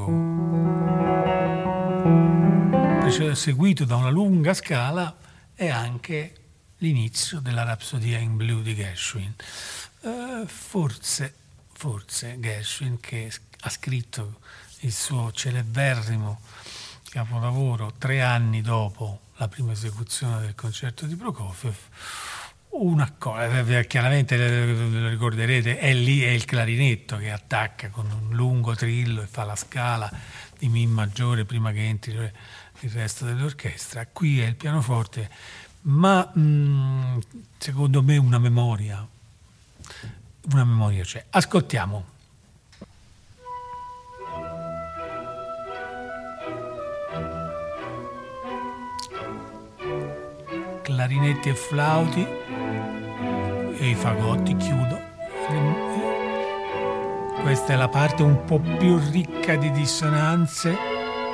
lungo seguito da una lunga scala è anche l'inizio della Rapsodia in blu di Gershwin. Uh, forse, forse Gershwin, che ha scritto il suo celeberrimo capolavoro tre anni dopo la prima esecuzione del concerto di Prokofiev, una cosa, chiaramente lo ricorderete, è lì è il clarinetto che attacca con un lungo trillo e fa la scala di Mi maggiore prima che entri il resto dell'orchestra. Qui è il pianoforte, ma mh, secondo me una memoria una memoria c'è. Ascoltiamo. Clarinetti e flauti e i fagotti, chiudo. Questa è la parte un po' più ricca di dissonanze.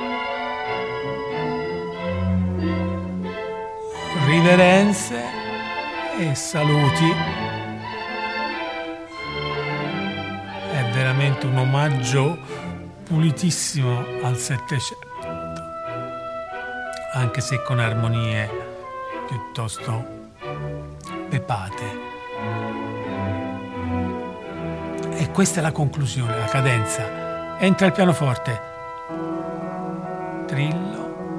Riverenze e saluti. È veramente un omaggio pulitissimo al Settecento, anche se con armonie piuttosto pepate. E questa è la conclusione, la cadenza. Entra il pianoforte, trillo,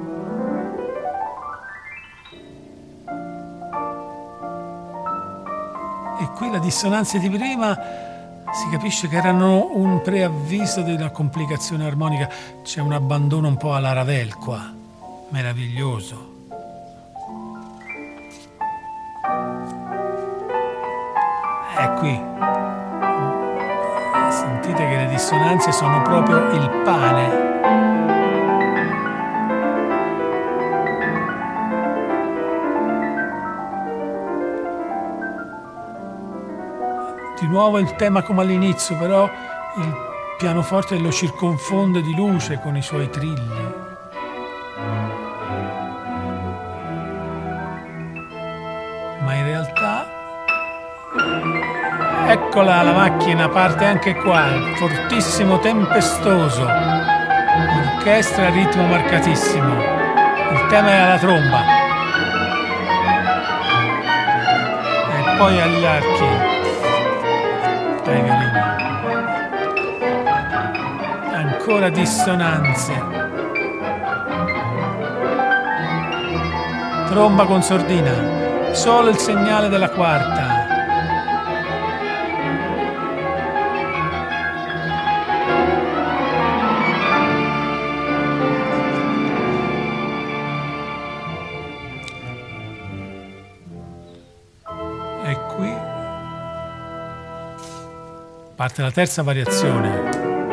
e qui la dissonanza di prima si capisce che erano un preavviso di una complicazione armonica. C'è un abbandono un po' alla Ravel qua. meraviglioso. È qui. Sentite che le dissonanze sono proprio il pane. Di nuovo il tema come all'inizio, però il pianoforte lo circonfonde di luce con i suoi trilli. Ma in realtà, eccola la macchina, parte anche qua, fortissimo, tempestoso, orchestra a ritmo marcatissimo, il tema è alla tromba e poi agli archi. Ai violini. Ancora dissonanze. Tromba con sordina. Solo il segnale della quarta. E qui parte la terza variazione,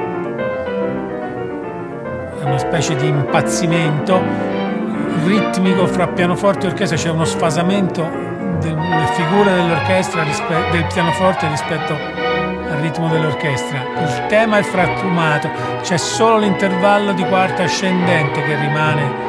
è una specie di impazzimento ritmico fra pianoforte e orchestra, c'è uno sfasamento delle figure dell'orchestra rispe- del pianoforte rispetto al ritmo dell'orchestra. Il tema è frantumato, c'è solo l'intervallo di quarta ascendente che rimane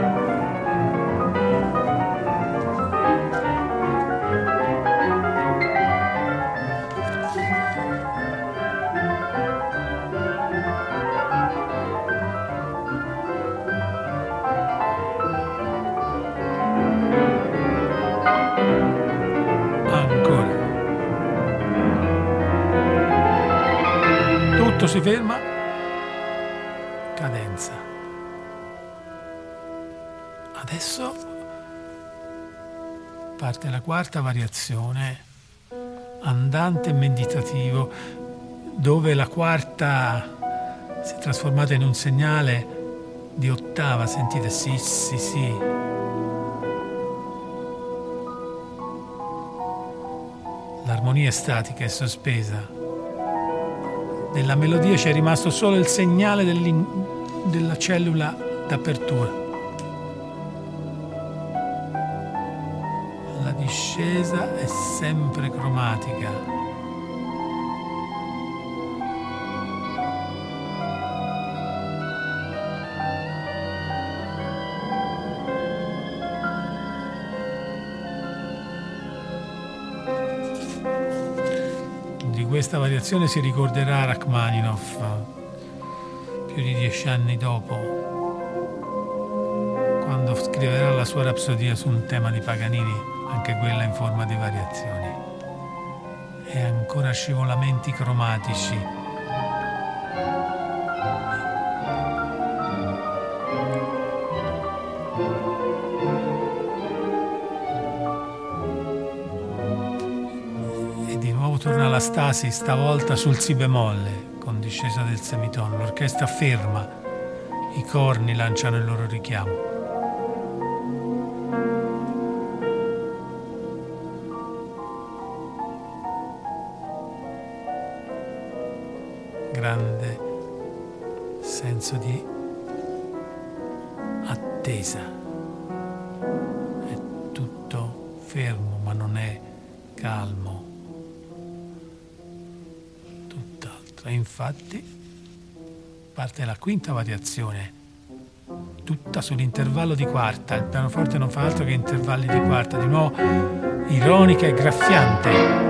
si ferma, cadenza. Adesso parte la quarta variazione, andante e meditativo, dove la quarta si è trasformata in un segnale di ottava, sentite, sì, sì, sì. L'armonia è statica, è sospesa. Nella melodia c'è rimasto solo il segnale della cellula d'apertura. La discesa è sempre cromatica. Di questa variazione si ricorderà Rachmaninoff più di dieci anni dopo, quando scriverà la sua rapsodia su un tema di Paganini, anche quella in forma di variazioni. E ancora scivolamenti cromatici. Torna la stasi, stavolta sul si bemolle, con discesa del semitono. L'orchestra ferma, i corni lanciano il loro richiamo. Grande senso di attesa. È tutto fermo, ma non è calmo. E infatti parte la quinta variazione, tutta sull'intervallo di quarta. Il pianoforte non fa altro che intervalli di quarta, di nuovo ironica e graffiante.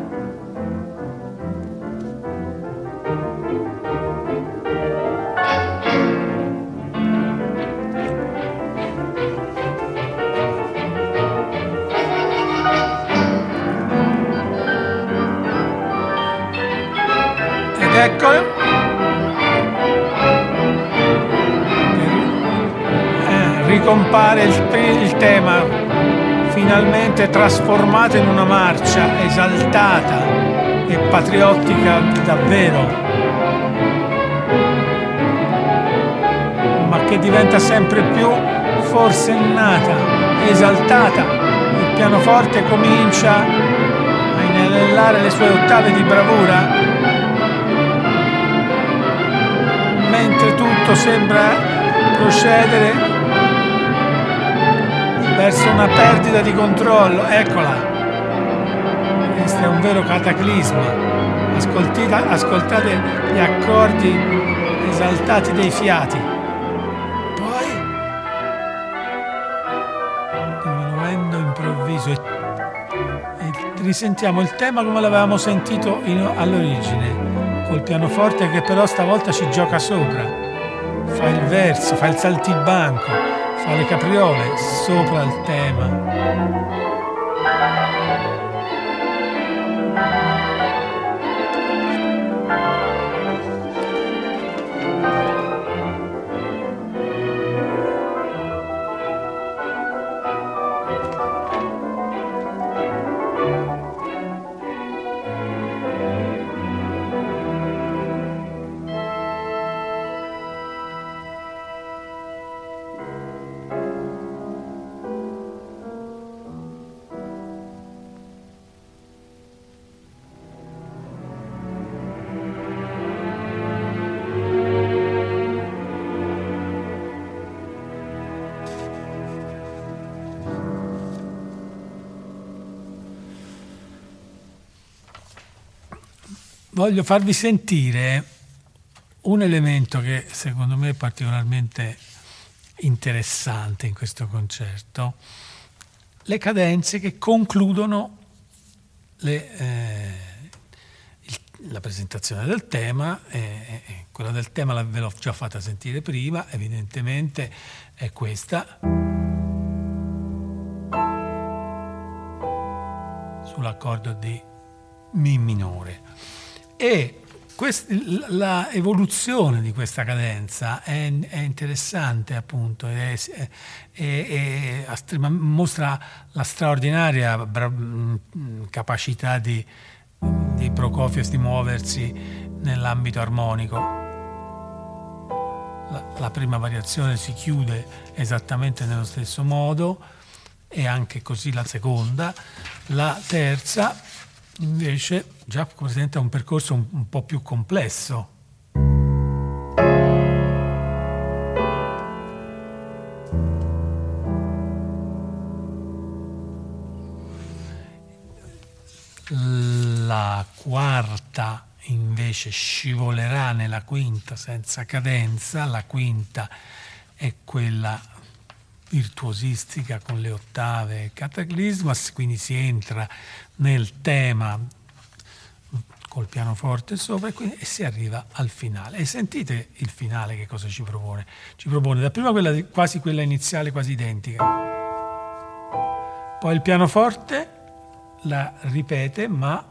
Ecco, eh, ricompare il, il tema, finalmente trasformato in una marcia esaltata e patriottica davvero, ma che diventa sempre più forsennata, esaltata, il pianoforte comincia a inanellare le sue ottave di bravura, mentre tutto sembra procedere verso una perdita di controllo. Eccola, questo è un vero cataclisma. Ascoltate, ascoltate gli accordi esaltati dei fiati, poi diminuendo improvviso, e, e risentiamo il tema come l'avevamo sentito in, all'origine, col pianoforte che però stavolta ci gioca sopra, fa il verso, fa il saltibanco, fa le capriole sopra il tema. Voglio farvi sentire un elemento che secondo me è particolarmente interessante in questo concerto, le cadenze che concludono le, eh, il, la presentazione del tema. Eh, eh, quella del tema la, ve l'ho già fatta sentire prima, evidentemente è questa, sull'accordo di Mi minore. E quest, la evoluzione di questa cadenza è, è interessante, appunto, è, è, è, è, mostra la straordinaria bra, capacità di, di Prokofiev di muoversi nell'ambito armonico. La, la prima variazione si chiude esattamente nello stesso modo, e anche così la seconda. La terza invece già presenta un percorso un, un po' più complesso. La quarta invece scivolerà nella quinta senza cadenza. La quinta è quella virtuosistica con le ottave cataclisma, quindi si entra nel tema col pianoforte sopra, e, quindi, e si arriva al finale. E sentite il finale che cosa ci propone. Ci propone dapprima quella di, quasi quella iniziale, quasi identica, poi il pianoforte la ripete, ma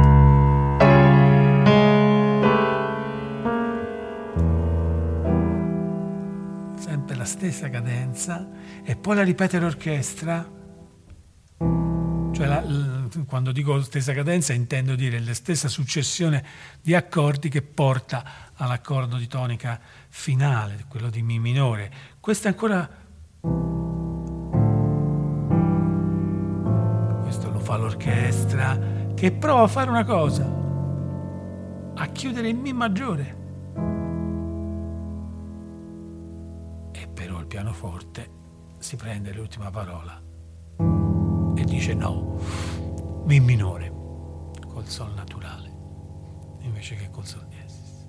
sempre la stessa cadenza, e poi la ripete l'orchestra. Cioè la, la, quando dico stessa cadenza intendo dire la stessa successione di accordi che porta all'accordo di tonica finale, quello di Mi minore. Questo è ancora, questo lo fa l'orchestra, che prova a fare una cosa, a chiudere in Mi maggiore, e però il pianoforte si prende l'ultima parola e dice no, Mi minore col sol naturale invece che col sol diesis.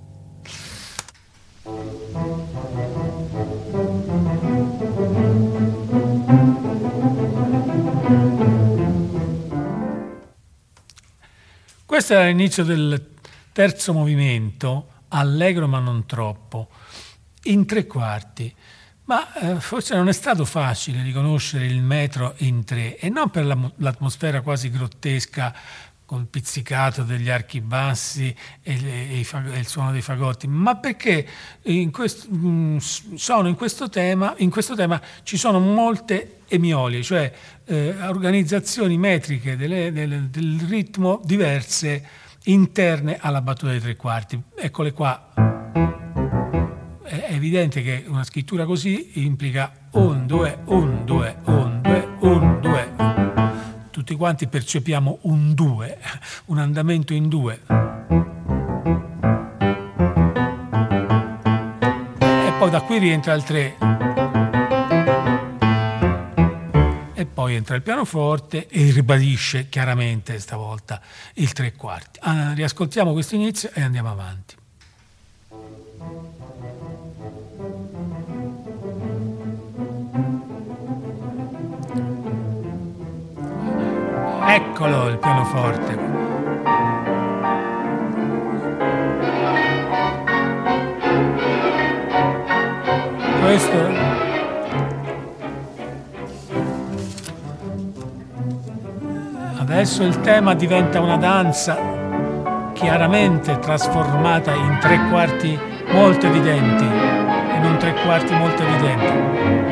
Questo era l'inizio del terzo movimento, allegro ma non troppo, in tre quarti. Ma eh, forse non è stato facile riconoscere il metro in tre, e non per la, l'atmosfera quasi grottesca col pizzicato degli archi bassi e, e, e, e il suono dei fagotti, ma perché in questo, mh, sono in questo tema, in questo tema ci sono molte emiolie, cioè eh, organizzazioni metriche delle, delle, del ritmo diverse interne alla battuta dei tre quarti. Eccole qua. È evidente che una scrittura così implica un, due, un, due, un, due, un, due. Tutti quanti percepiamo un due, un andamento in due. E poi da qui rientra il tre. E poi entra il pianoforte e ribadisce chiaramente stavolta il tre quarti. Ah, riascoltiamo questo inizio e andiamo avanti. Eccolo il pianoforte. Questo adesso il tema diventa una danza chiaramente trasformata in tre quarti molto evidenti, in un tre quarti molto evidente.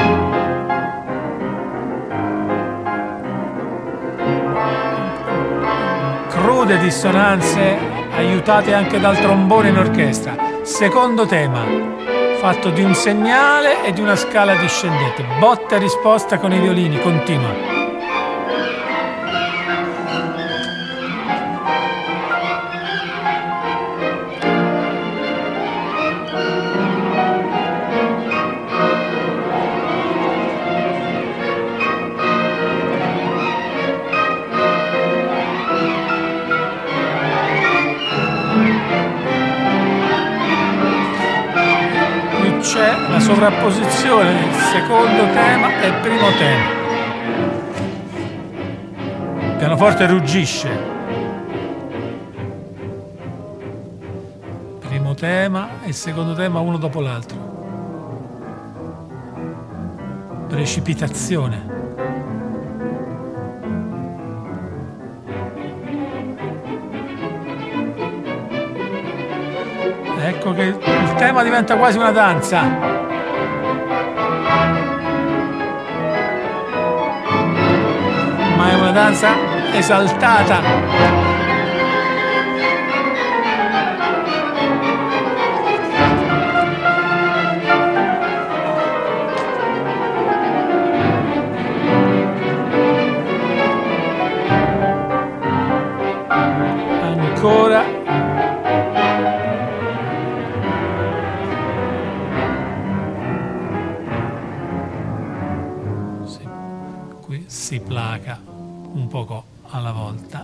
Crude dissonanze aiutate anche dal trombone in orchestra. Secondo tema, fatto di un segnale e di una scala discendente. Botta e risposta con i violini, continua. C'è la sovrapposizione del secondo tema e primo tema. Il pianoforte ruggisce. Primo tema e secondo tema uno dopo l'altro. Precipitazione. Ecco che il tema diventa quasi una danza. Ma è una danza esaltata. Ancora. Si placa un poco alla volta.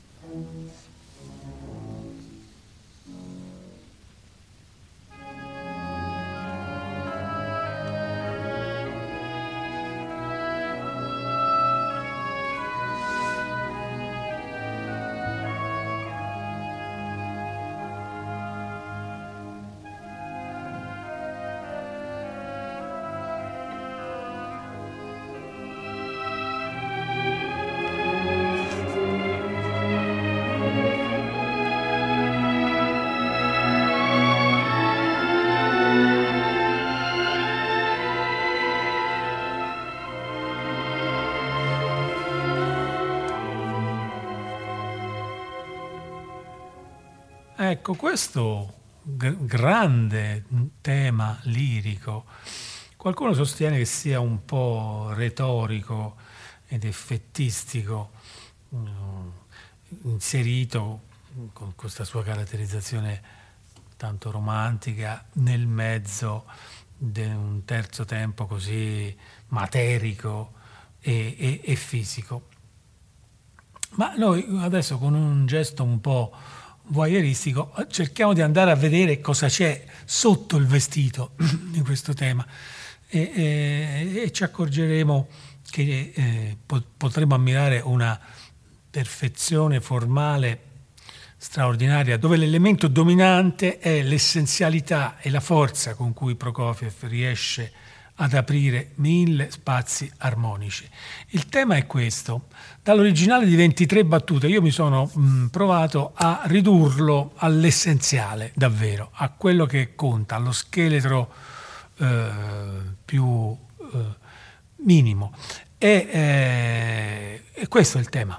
Ecco, questo g- grande tema lirico, qualcuno sostiene che sia un po' retorico ed effettistico, mh, inserito con questa sua caratterizzazione tanto romantica nel mezzo di un terzo tempo così materico e, e, e fisico. Ma noi adesso, con un gesto un po' voyeuristico, cerchiamo di andare a vedere cosa c'è sotto il vestito di questo tema e, e, e ci accorgeremo che eh, po- potremo ammirare una perfezione formale straordinaria, dove l'elemento dominante è l'essenzialità e la forza con cui Prokofiev riesce ad aprire mille spazi armonici. Il tema è questo. Dall'originale di ventitré battute io mi sono mh, provato a ridurlo all'essenziale, davvero, a quello che conta, allo scheletro eh, più eh, minimo. E, eh, e questo è il tema.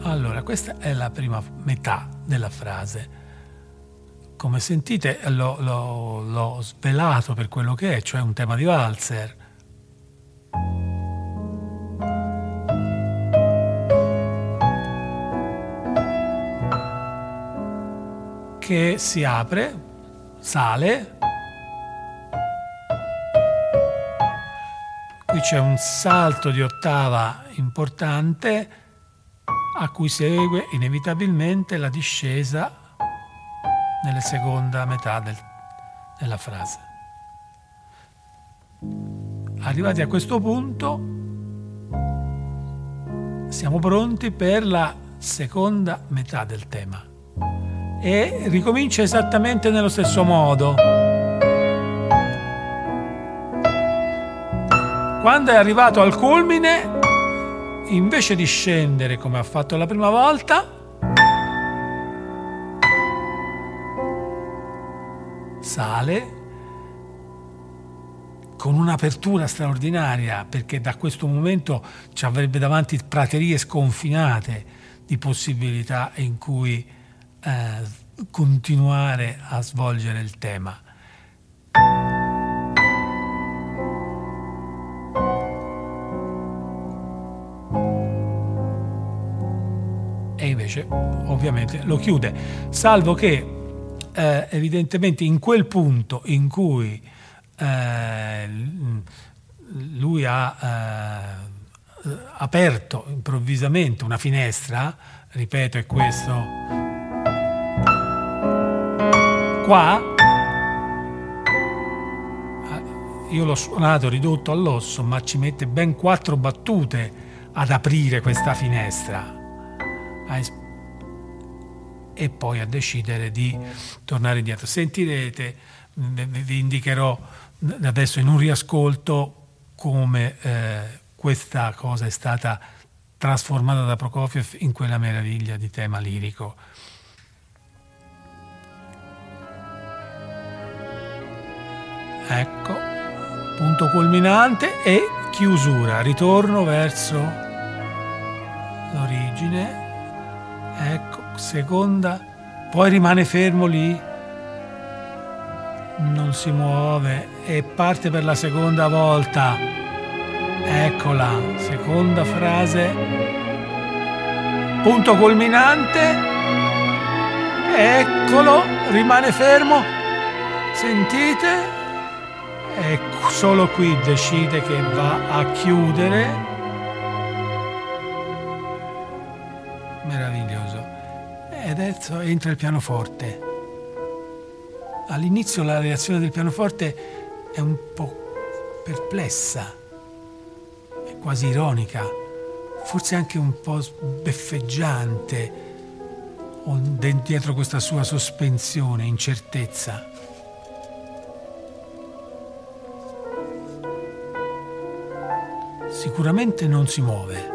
Allora, questa è la prima metà della frase. Come sentite, l'ho, l'ho, l'ho svelato per quello che è, cioè un tema di valzer. Che si apre, sale. Qui c'è un salto di ottava importante a cui segue inevitabilmente la discesa nella seconda metà del, della frase. Arrivati a questo punto, siamo pronti per la seconda metà del tema e ricomincia esattamente nello stesso modo. Quando è arrivato al culmine, invece di scendere come ha fatto la prima volta, sale con un'apertura straordinaria, perché da questo momento ci avrebbe davanti praterie sconfinate di possibilità in cui eh, continuare a svolgere il tema. E invece ovviamente lo chiude, salvo che eh, evidentemente in quel punto in cui eh, lui ha eh, aperto improvvisamente una finestra, ripeto, è questo qua, io l'ho suonato ridotto all'osso, ma ci mette ben quattro battute ad aprire questa finestra e poi a decidere di tornare indietro. Sentirete, vi indicherò adesso in un riascolto come eh, questa cosa è stata trasformata da Prokofiev in quella meraviglia di tema lirico. Ecco, punto culminante e chiusura, ritorno verso l'origine. Ecco, seconda, poi rimane fermo lì, non si muove e parte per la seconda volta. Eccola, seconda frase, punto culminante, eccolo, rimane fermo, sentite? E solo qui decide che va a chiudere. Meraviglioso. E adesso entra il pianoforte. All'inizio la reazione del pianoforte è un po' perplessa, è quasi ironica, forse anche un po' sbeffeggiante, dietro questa sua sospensione, incertezza. Sicuramente non si muove.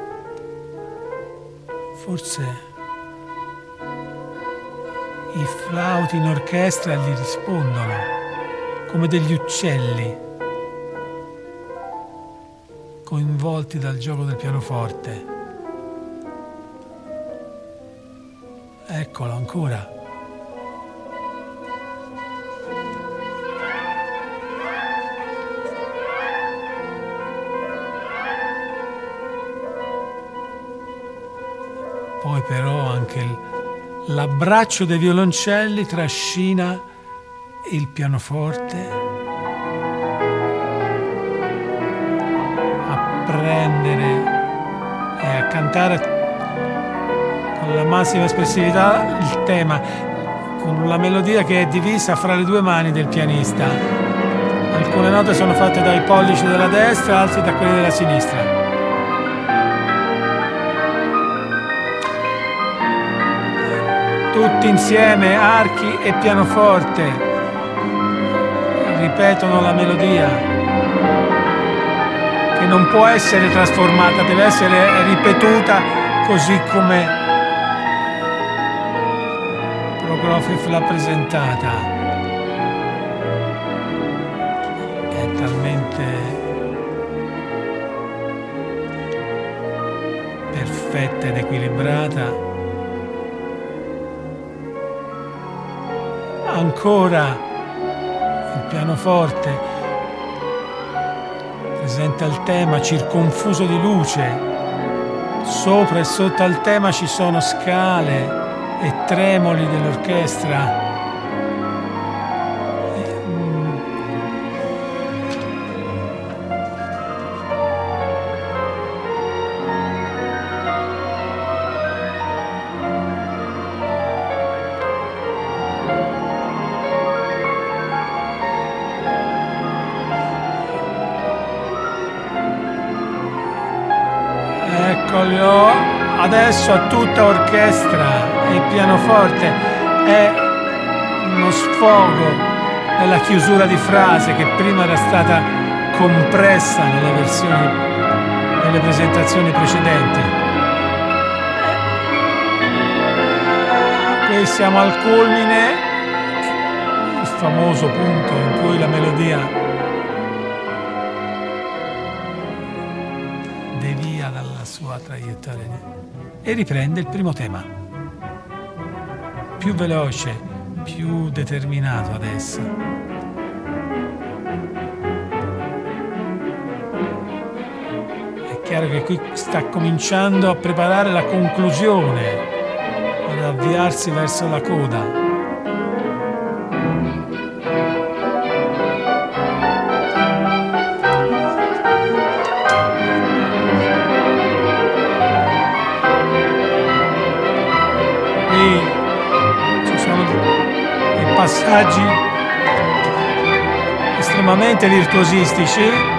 Forse i flauti in orchestra gli rispondono come degli uccelli coinvolti dal gioco del pianoforte. Eccolo ancora. Poi però anche il, l'abbraccio dei violoncelli trascina il pianoforte a prendere e a cantare con la massima espressività il tema, con la melodia che è divisa fra le due mani del pianista. Alcune note sono fatte dai pollici della destra, altre da quelli della sinistra. Tutti insieme, archi e pianoforte, ripetono la melodia, che non può essere trasformata, deve essere ripetuta così come Prokofiev l'ha presentata. È talmente perfetta perfetta ed equilibrata. Ancora il pianoforte presenta il tema circonfuso di luce. Sopra e sotto al tema ci sono scale e tremoli dell'orchestra. Eccolo, adesso a tutta orchestra e il pianoforte è uno sfogo della chiusura di frase che prima era stata compressa nelle versioni, nelle presentazioni precedenti. Qui siamo al culmine, il famoso punto in cui la melodia devia dalla sua traiettoria e riprende il primo tema, più veloce, più determinato adesso. È chiaro che qui sta cominciando a preparare la conclusione, ad avviarsi verso la coda. Passaggi estremamente virtuosistici,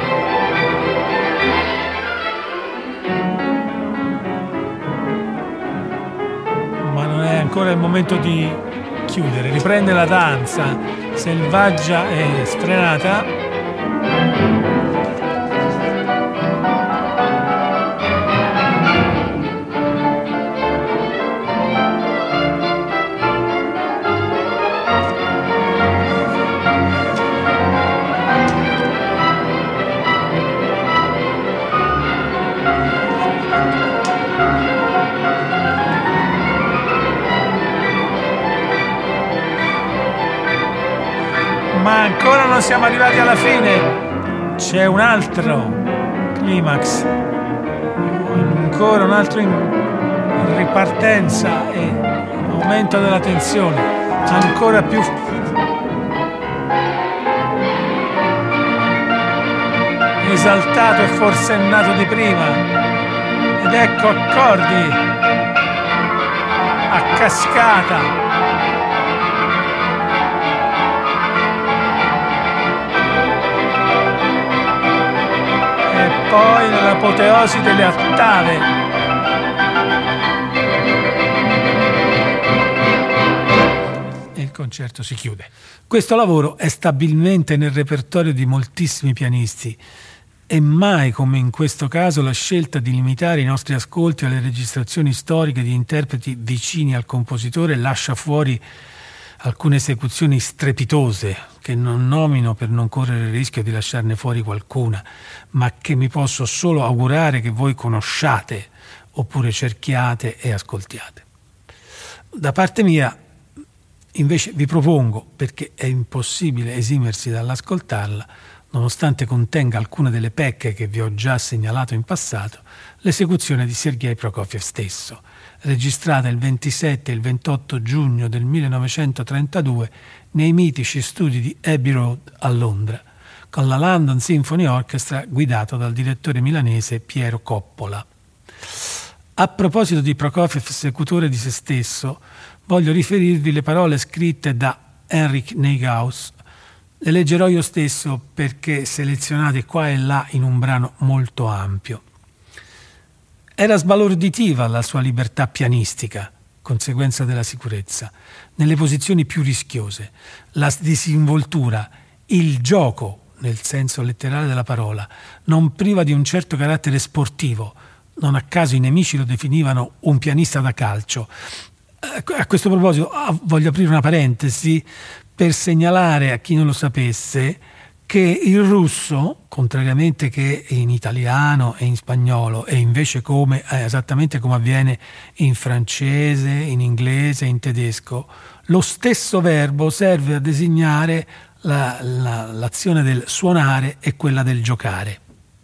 ma non è ancora il momento di chiudere. Riprende la danza selvaggia e sfrenata. Ma ancora non siamo arrivati alla fine, c'è un altro climax, ancora un altro in ripartenza e aumento della tensione, ancora più esaltato e forsennato di prima, ed ecco accordi a cascata. Poi nell'apoteosi delle ottave e il concerto si chiude. Questo lavoro è stabilmente nel repertorio di moltissimi pianisti e mai come in questo caso la scelta di limitare i nostri ascolti alle registrazioni storiche di interpreti vicini al compositore lascia fuori alcune esecuzioni strepitose che non nomino per non correre il rischio di lasciarne fuori qualcuna, ma che mi posso solo augurare che voi conosciate oppure cerchiate e ascoltiate. Da parte mia, invece, vi propongo, perché è impossibile esimersi dall'ascoltarla, nonostante contenga alcune delle pecche che vi ho già segnalato in passato, l'esecuzione di Sergei Prokofiev stesso, registrata il ventisette e il ventotto giugno del millenovecentotrentadue nei mitici studi di Abbey Road a Londra, con la London Symphony Orchestra guidato dal direttore milanese Piero Coppola. A proposito di Prokofiev, esecutore di se stesso, voglio riferirvi le parole scritte da Henrik Neuhaus. Le leggerò io stesso perché selezionate qua e là in un brano molto ampio. Era sbalorditiva la sua libertà pianistica, conseguenza della sicurezza, nelle posizioni più rischiose, la disinvoltura, il gioco, nel senso letterale della parola, non priva di un certo carattere sportivo. Non a caso i nemici lo definivano un pianista da calcio. A questo proposito voglio aprire una parentesi per segnalare a chi non lo sapesse che il russo, contrariamente che in italiano e in spagnolo, e invece come, eh, esattamente come avviene in francese, in inglese, in tedesco, lo stesso verbo serve a designare la, la, l'azione del suonare e quella del giocare.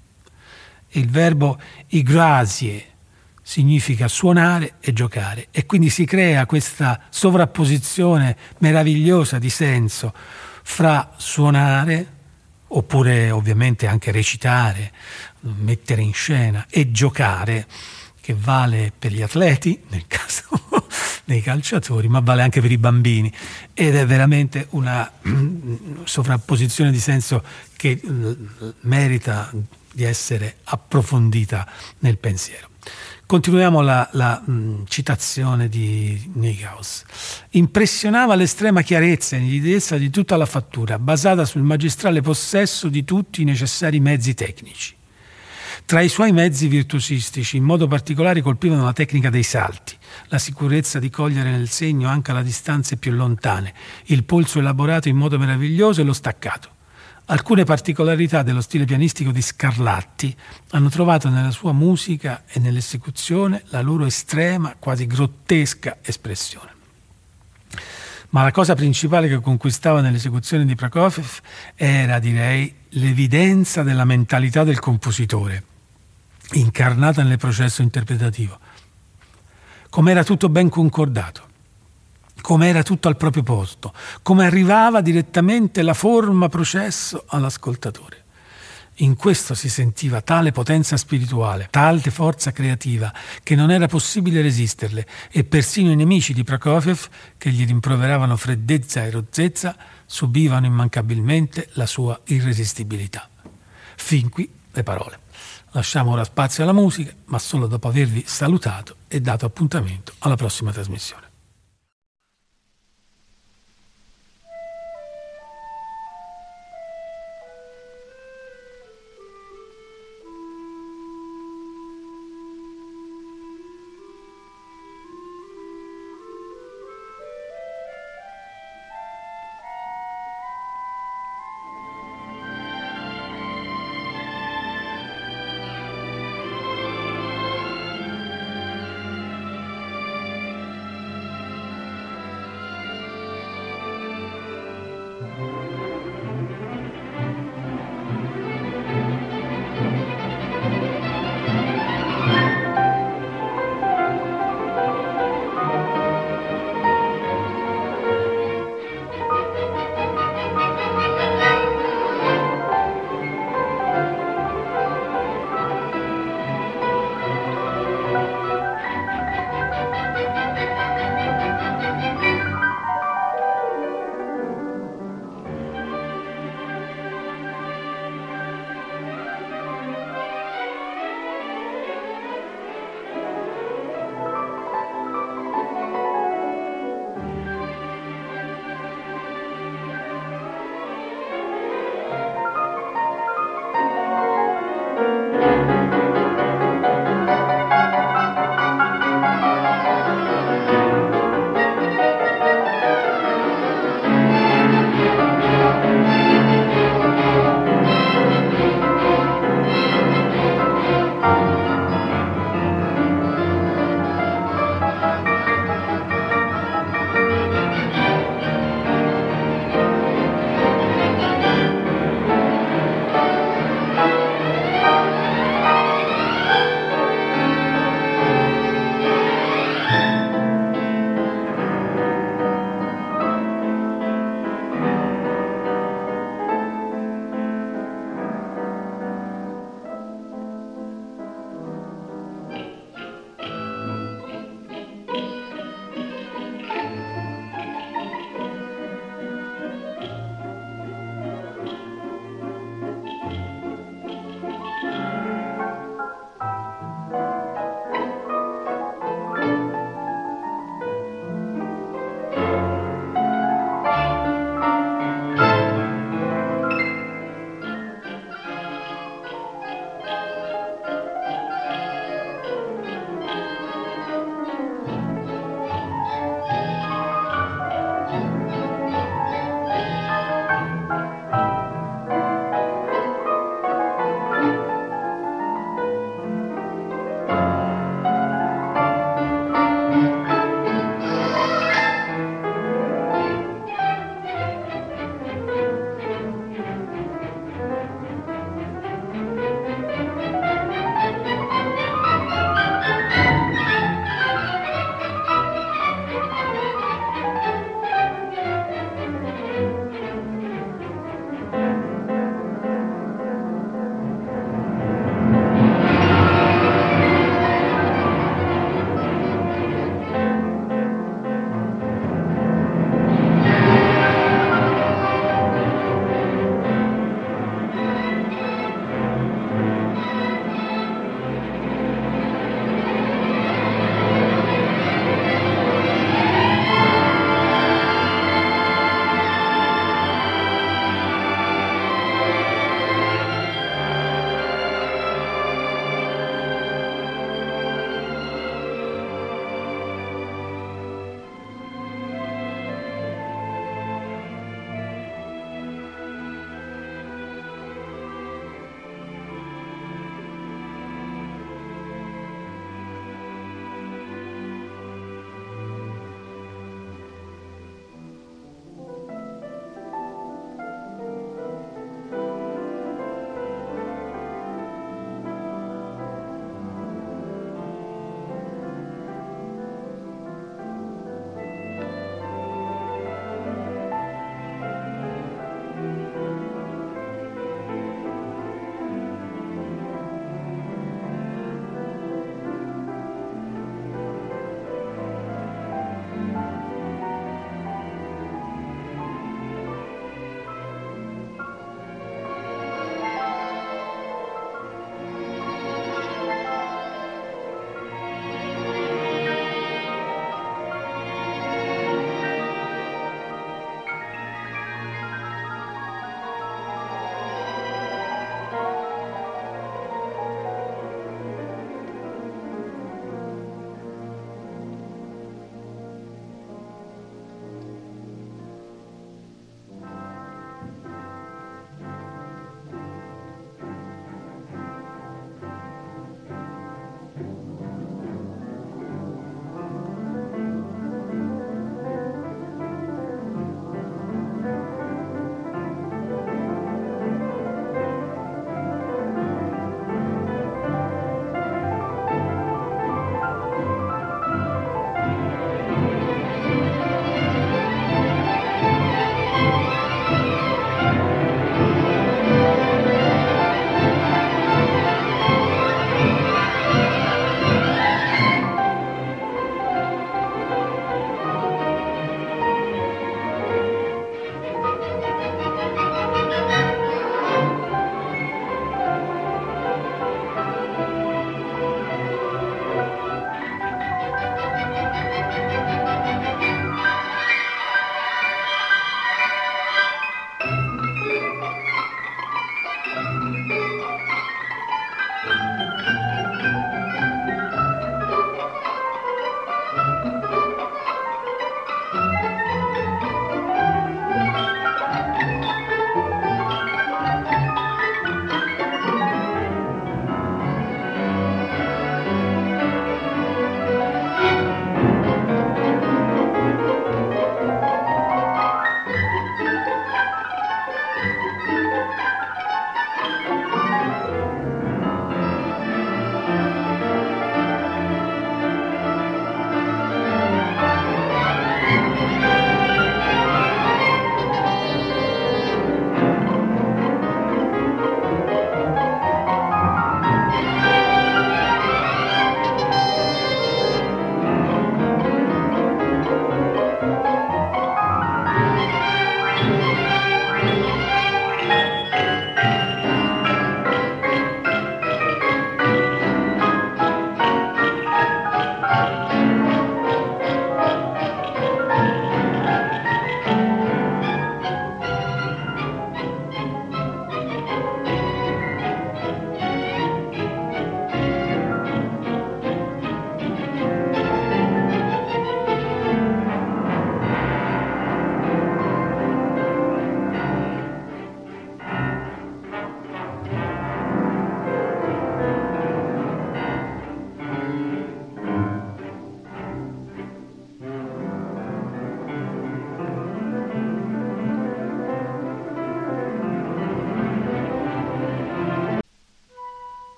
Il verbo igrazie significa suonare e giocare, e quindi si crea questa sovrapposizione meravigliosa di senso fra suonare, oppure ovviamente anche recitare, mettere in scena, e giocare, che vale per gli atleti nel caso dei calciatori, ma vale anche per i bambini, ed è veramente una sovrapposizione di senso che merita di essere approfondita nel pensiero. Continuiamo la, la mh, citazione di Nighauss. Impressionava l'estrema chiarezza e nitidezza di tutta la fattura, basata sul magistrale possesso di tutti i necessari mezzi tecnici. Tra i suoi mezzi virtuosistici, in modo particolare, colpivano la tecnica dei salti, la sicurezza di cogliere nel segno anche alle distanze più lontane, il polso elaborato in modo meraviglioso e lo staccato. Alcune particolarità dello stile pianistico di Scarlatti hanno trovato nella sua musica e nell'esecuzione la loro estrema, quasi grottesca espressione. Ma la cosa principale che conquistava nell'esecuzione di Prokofiev era, direi, l'evidenza della mentalità del compositore, incarnata nel processo interpretativo. Come era tutto ben concordato, come era tutto al proprio posto, come arrivava direttamente la forma processo all'ascoltatore. In questo si sentiva tale potenza spirituale, tale forza creativa, che non era possibile resisterle, e persino i nemici di Prokofiev, che gli rimproveravano freddezza e rozzezza, subivano immancabilmente la sua irresistibilità. Fin qui le parole. Lasciamo ora spazio alla musica, ma solo dopo avervi salutato e dato appuntamento alla prossima trasmissione.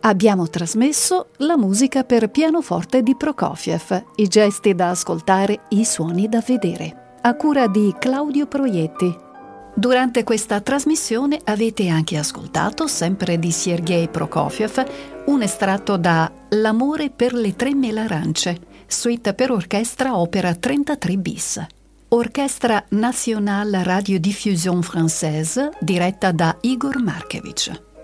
Abbiamo trasmesso la musica per pianoforte di Prokofiev, i gesti da ascoltare, i suoni da vedere, a cura di Claudio Proietti. Durante questa trasmissione avete anche ascoltato, sempre di Sergei Prokofiev, un estratto da L'amore per le tre melarance, suite per orchestra opera trentatré bis. Orchestra Nationale Radiodiffusion Française, diretta da Igor Markevich.